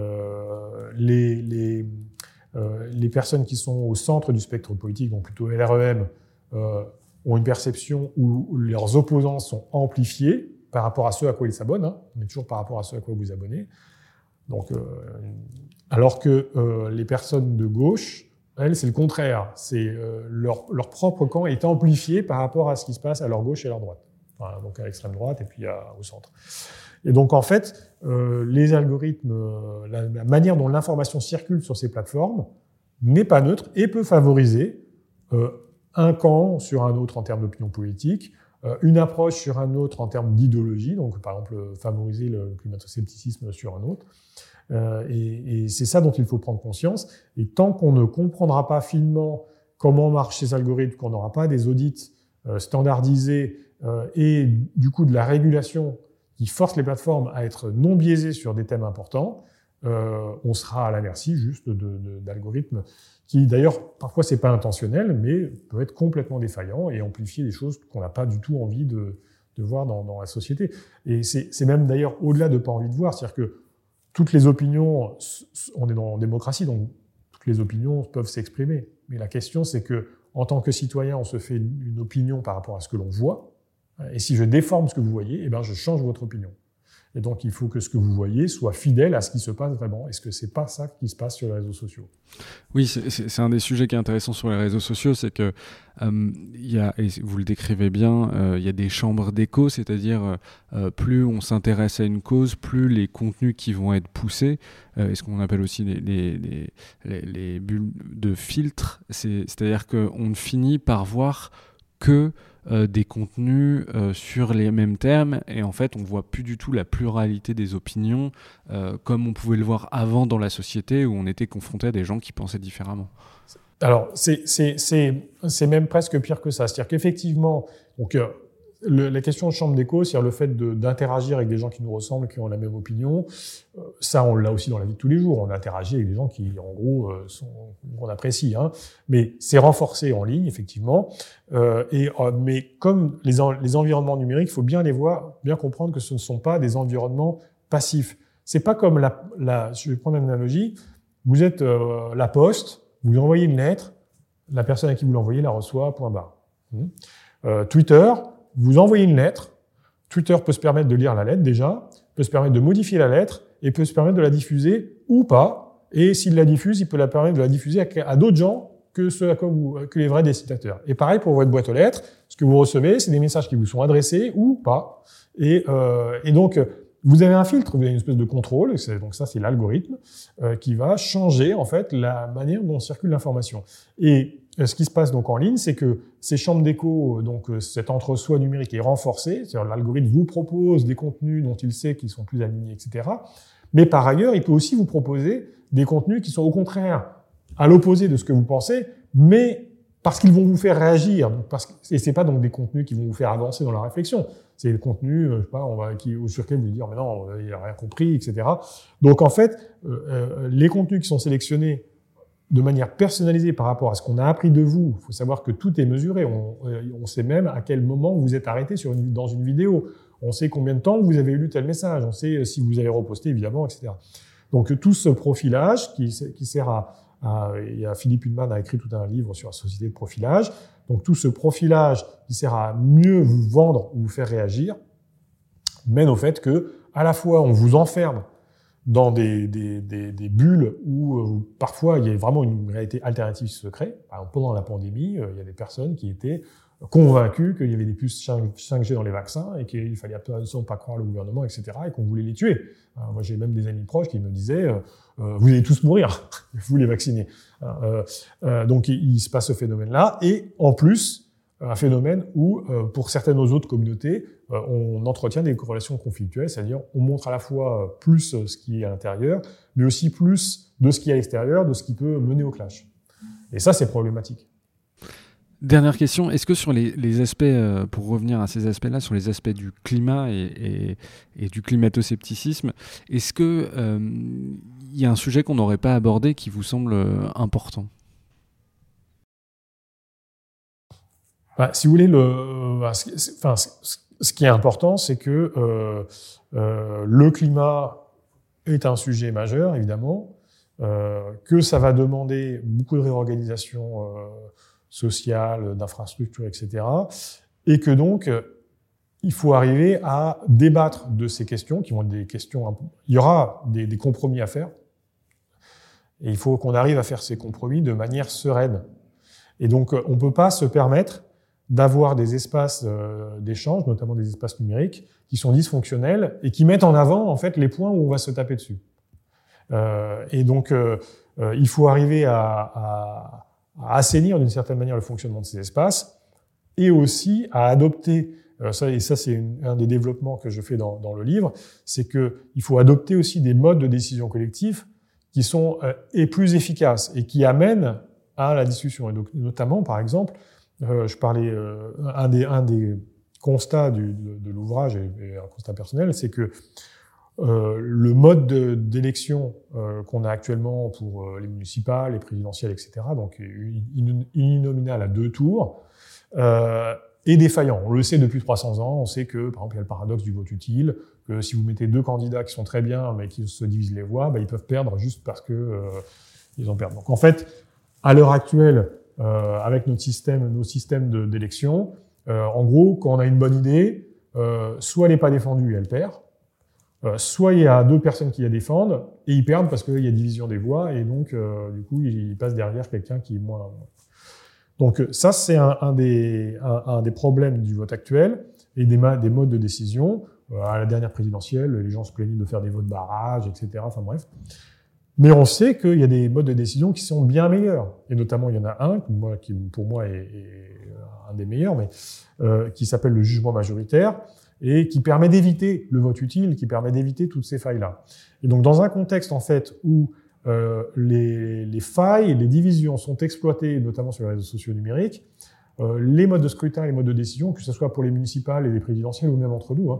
les personnes qui sont au centre du spectre politique, donc plutôt LREM, ont une perception où leurs opposants sont amplifiés par rapport à ceux à quoi ils s'abonnent. On est toujours par rapport à ceux à quoi vous vous abonnez. Donc, alors que les personnes de gauche, elles, c'est le contraire. C'est leur propre camp est amplifié par rapport à ce qui se passe à leur gauche et à leur droite. Enfin, donc à l'extrême droite et puis au centre. Et donc, en fait, les algorithmes, la manière dont l'information circule sur ces plateformes n'est pas neutre et peut favoriser un camp sur un autre en termes d'opinion politique, une approche sur un autre en termes d'idéologie, donc par exemple favoriser le climato-scepticisme sur un autre. Et c'est ça dont il faut prendre conscience. Et tant qu'on ne comprendra pas finement comment marchent ces algorithmes, qu'on n'aura pas des audits standardisés et du coup de la régulation qui force les plateformes à être non biaisées sur des thèmes importants, on sera à la merci juste d'algorithmes qui, d'ailleurs, parfois c'est pas intentionnel, mais peut être complètement défaillant et amplifier des choses qu'on n'a pas du tout envie de voir dans la société. Et c'est même d'ailleurs au-delà de pas envie de voir, c'est-à-dire que toutes les opinions, on est en démocratie, donc toutes les opinions peuvent s'exprimer. Mais la question, c'est que en tant que citoyen, on se fait une opinion par rapport à ce que l'on voit. Et si je déforme ce que vous voyez, eh ben je change votre opinion. Et donc, il faut que ce que vous voyez soit fidèle à ce qui se passe vraiment. Est-ce que c'est pas ça qui se passe sur les réseaux sociaux? Oui, c'est un des sujets qui est intéressant sur les réseaux sociaux, c'est que il y a, et vous le décrivez bien, il y a des chambres d'écho, c'est-à-dire plus on s'intéresse à une cause, plus les contenus qui vont être poussés, et ce qu'on appelle aussi les bulles de filtre, c'est-à-dire qu'on finit par voir que des contenus sur les mêmes termes, et en fait on voit plus du tout la pluralité des opinions comme on pouvait le voir avant dans la société où on était confronté à des gens qui pensaient différemment. Alors c'est même presque pire que ça, c'est-à-dire qu'effectivement donc la question de chambre d'écho, c'est-à-dire le fait d'interagir avec des gens qui nous ressemblent, qui ont la même opinion, ça on l'a aussi dans la vie de tous les jours, on interagit avec des gens qui en gros qu'on apprécie, hein. Mais c'est renforcé en ligne effectivement, mais comme les environnements numériques, il faut bien les voir, bien comprendre que ce ne sont pas des environnements passifs. C'est pas comme je vais prendre une analogie, vous êtes la poste, vous envoyez une lettre, la personne à qui vous l'envoyez la reçoit, point barre. Twitter, vous envoyez une lettre, Twitter peut se permettre de lire la lettre déjà, peut se permettre de modifier la lettre et peut se permettre de la diffuser ou pas. Et s'il la diffuse, il peut la permettre de la diffuser à d'autres gens que ceux que les vrais destinataires. Et pareil pour votre boîte aux lettres, ce que vous recevez, c'est des messages qui vous sont adressés ou pas. Et donc, vous avez un filtre, vous avez une espèce de contrôle, donc ça c'est l'algorithme qui va changer en fait la manière dont circule l'information. Et ce qui se passe donc en ligne, c'est que ces chambres d'écho, donc cet entre-soi numérique est renforcé, c'est-à-dire l'algorithme vous propose des contenus dont il sait qu'ils sont plus alignés, etc. Mais par ailleurs, il peut aussi vous proposer des contenus qui sont au contraire à l'opposé de ce que vous pensez, mais parce qu'ils vont vous faire réagir. Et c'est pas donc des contenus qui vont vous faire avancer dans la réflexion. C'est des contenus, je sais pas, sur lesquels vous allez dire mais non, il a rien compris, etc. Donc en fait, les contenus qui sont sélectionnés de manière personnalisée par rapport à ce qu'on a appris de vous, il faut savoir que tout est mesuré. On sait même à quel moment vous êtes arrêté dans une vidéo. On sait combien de temps vous avez lu tel message. On sait si vous avez reposté, évidemment, etc. Donc tout ce profilage qui sert Philippe Huneman a écrit tout un livre sur la société de profilage. Donc tout ce profilage qui sert à mieux vous vendre ou vous faire réagir mène au fait que à la fois on vous enferme dans des bulles où parfois il y a vraiment une réalité alternative qui se crée. Par exemple, pendant la pandémie, il y a des personnes qui étaient convaincus qu'il y avait des puces 5G dans les vaccins et qu'il fallait absolument pas croire le gouvernement, etc., et qu'on voulait les tuer. Moi, j'ai même des amis proches qui me disaient vous allez tous mourir, vous les vaccinez. Donc, il se passe ce phénomène-là, et en plus, un phénomène où, pour certaines autres communautés, on entretient des relations conflictuelles, c'est-à-dire on montre à la fois plus ce qui est à l'intérieur, mais aussi plus de ce qui est à l'extérieur, de ce qui peut mener au clash. Et ça, c'est problématique. Dernière question, est-ce que sur les aspects, pour revenir à ces aspects-là, sur les aspects du climat et du climato-scepticisme, est-ce que y a un sujet qu'on n'aurait pas abordé qui vous semble important ? Si vous voulez, ce qui est important, c'est que le climat est un sujet majeur, évidemment, que ça va demander beaucoup de réorganisation sociale, d'infrastructures, etc. Et que donc, il faut arriver à débattre de ces questions, qui vont être des questions... Il y aura des compromis à faire, et il faut qu'on arrive à faire ces compromis de manière sereine. Et donc, on ne peut pas se permettre d'avoir des espaces d'échange, notamment des espaces numériques, qui sont dysfonctionnels et qui mettent en avant, en fait, les points où on va se taper dessus. Et donc, il faut arriver à assainir d'une certaine manière le fonctionnement de ces espaces et aussi à adopter, ça c'est un des développements que je fais dans le livre, c'est qu'il faut adopter aussi des modes de décision collective qui sont plus efficaces et qui amènent à la discussion. Et donc, notamment, par exemple, je parlais, un des constats de l'ouvrage et un constat personnel, c'est que le mode d'élection qu'on a actuellement pour les municipales, les présidentielles, etc., donc uninominal à 2 tours, est défaillant. On le sait depuis 300 ans, on sait que, par exemple, il y a le paradoxe du vote utile, que si vous mettez 2 candidats qui sont très bien, mais qui se divisent les voix, ils peuvent perdre juste parce que ils en perdent. Donc en fait, à l'heure actuelle, avec nos systèmes d'élection, en gros, quand on a une bonne idée, soit elle n'est pas défendue et elle perd, soit il y a 2 personnes qui la défendent, et ils perdent parce qu'il y a division des voix, et donc, du coup, ils passent derrière quelqu'un qui est moins... Donc ça, c'est un des problèmes du vote actuel, et des modes de décision. À la dernière présidentielle, les gens se plaignaient de faire des votes barrages, etc. Enfin bref. Mais on sait qu'il y a des modes de décision qui sont bien meilleurs. Et notamment, il y en a un qui pour moi, est un des meilleurs, mais qui s'appelle le jugement majoritaire, et qui permet d'éviter le vote utile, qui permet d'éviter toutes ces failles-là. Et donc, dans un contexte, en fait, où les failles et les divisions sont exploitées, notamment sur les réseaux sociaux numériques, les modes de scrutin, les modes de décision, que ce soit pour les municipales et les présidentielles ou même entre nous,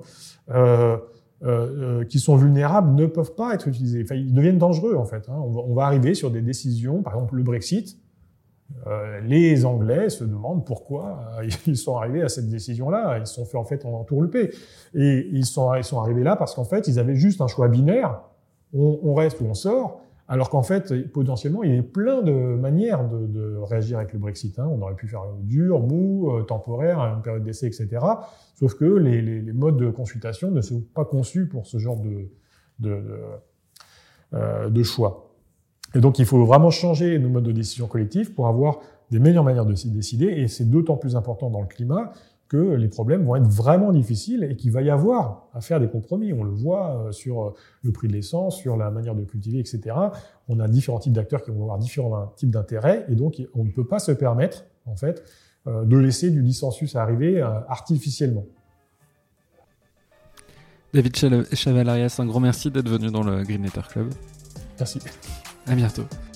qui sont vulnérables, ne peuvent pas être utilisés. Enfin, ils deviennent dangereux, en fait. On va arriver sur des décisions, par exemple le Brexit. Les Anglais se demandent pourquoi ils sont arrivés à cette décision-là. Ils se sont fait, en fait, entourlouper. Et ils sont arrivés là parce qu'en fait, ils avaient juste un choix binaire. On reste ou on sort. Alors qu'en fait, potentiellement, il y a plein de manières de réagir avec le Brexit. On aurait pu faire dur, mou, temporaire, une période d'essai, etc. Sauf que les modes de consultation ne sont pas conçus pour ce genre de choix. Et donc, il faut vraiment changer nos modes de décision collectifs pour avoir des meilleures manières de décider. Et c'est d'autant plus important dans le climat que les problèmes vont être vraiment difficiles et qu'il va y avoir à faire des compromis. On le voit sur le prix de l'essence, sur la manière de cultiver, etc. On a différents types d'acteurs qui vont avoir différents types d'intérêts, et donc on ne peut pas se permettre, en fait, de laisser du dissensus arriver artificiellement. David Chavalarias, un grand merci d'être venu dans le Green Letter Club. Merci. À bientôt.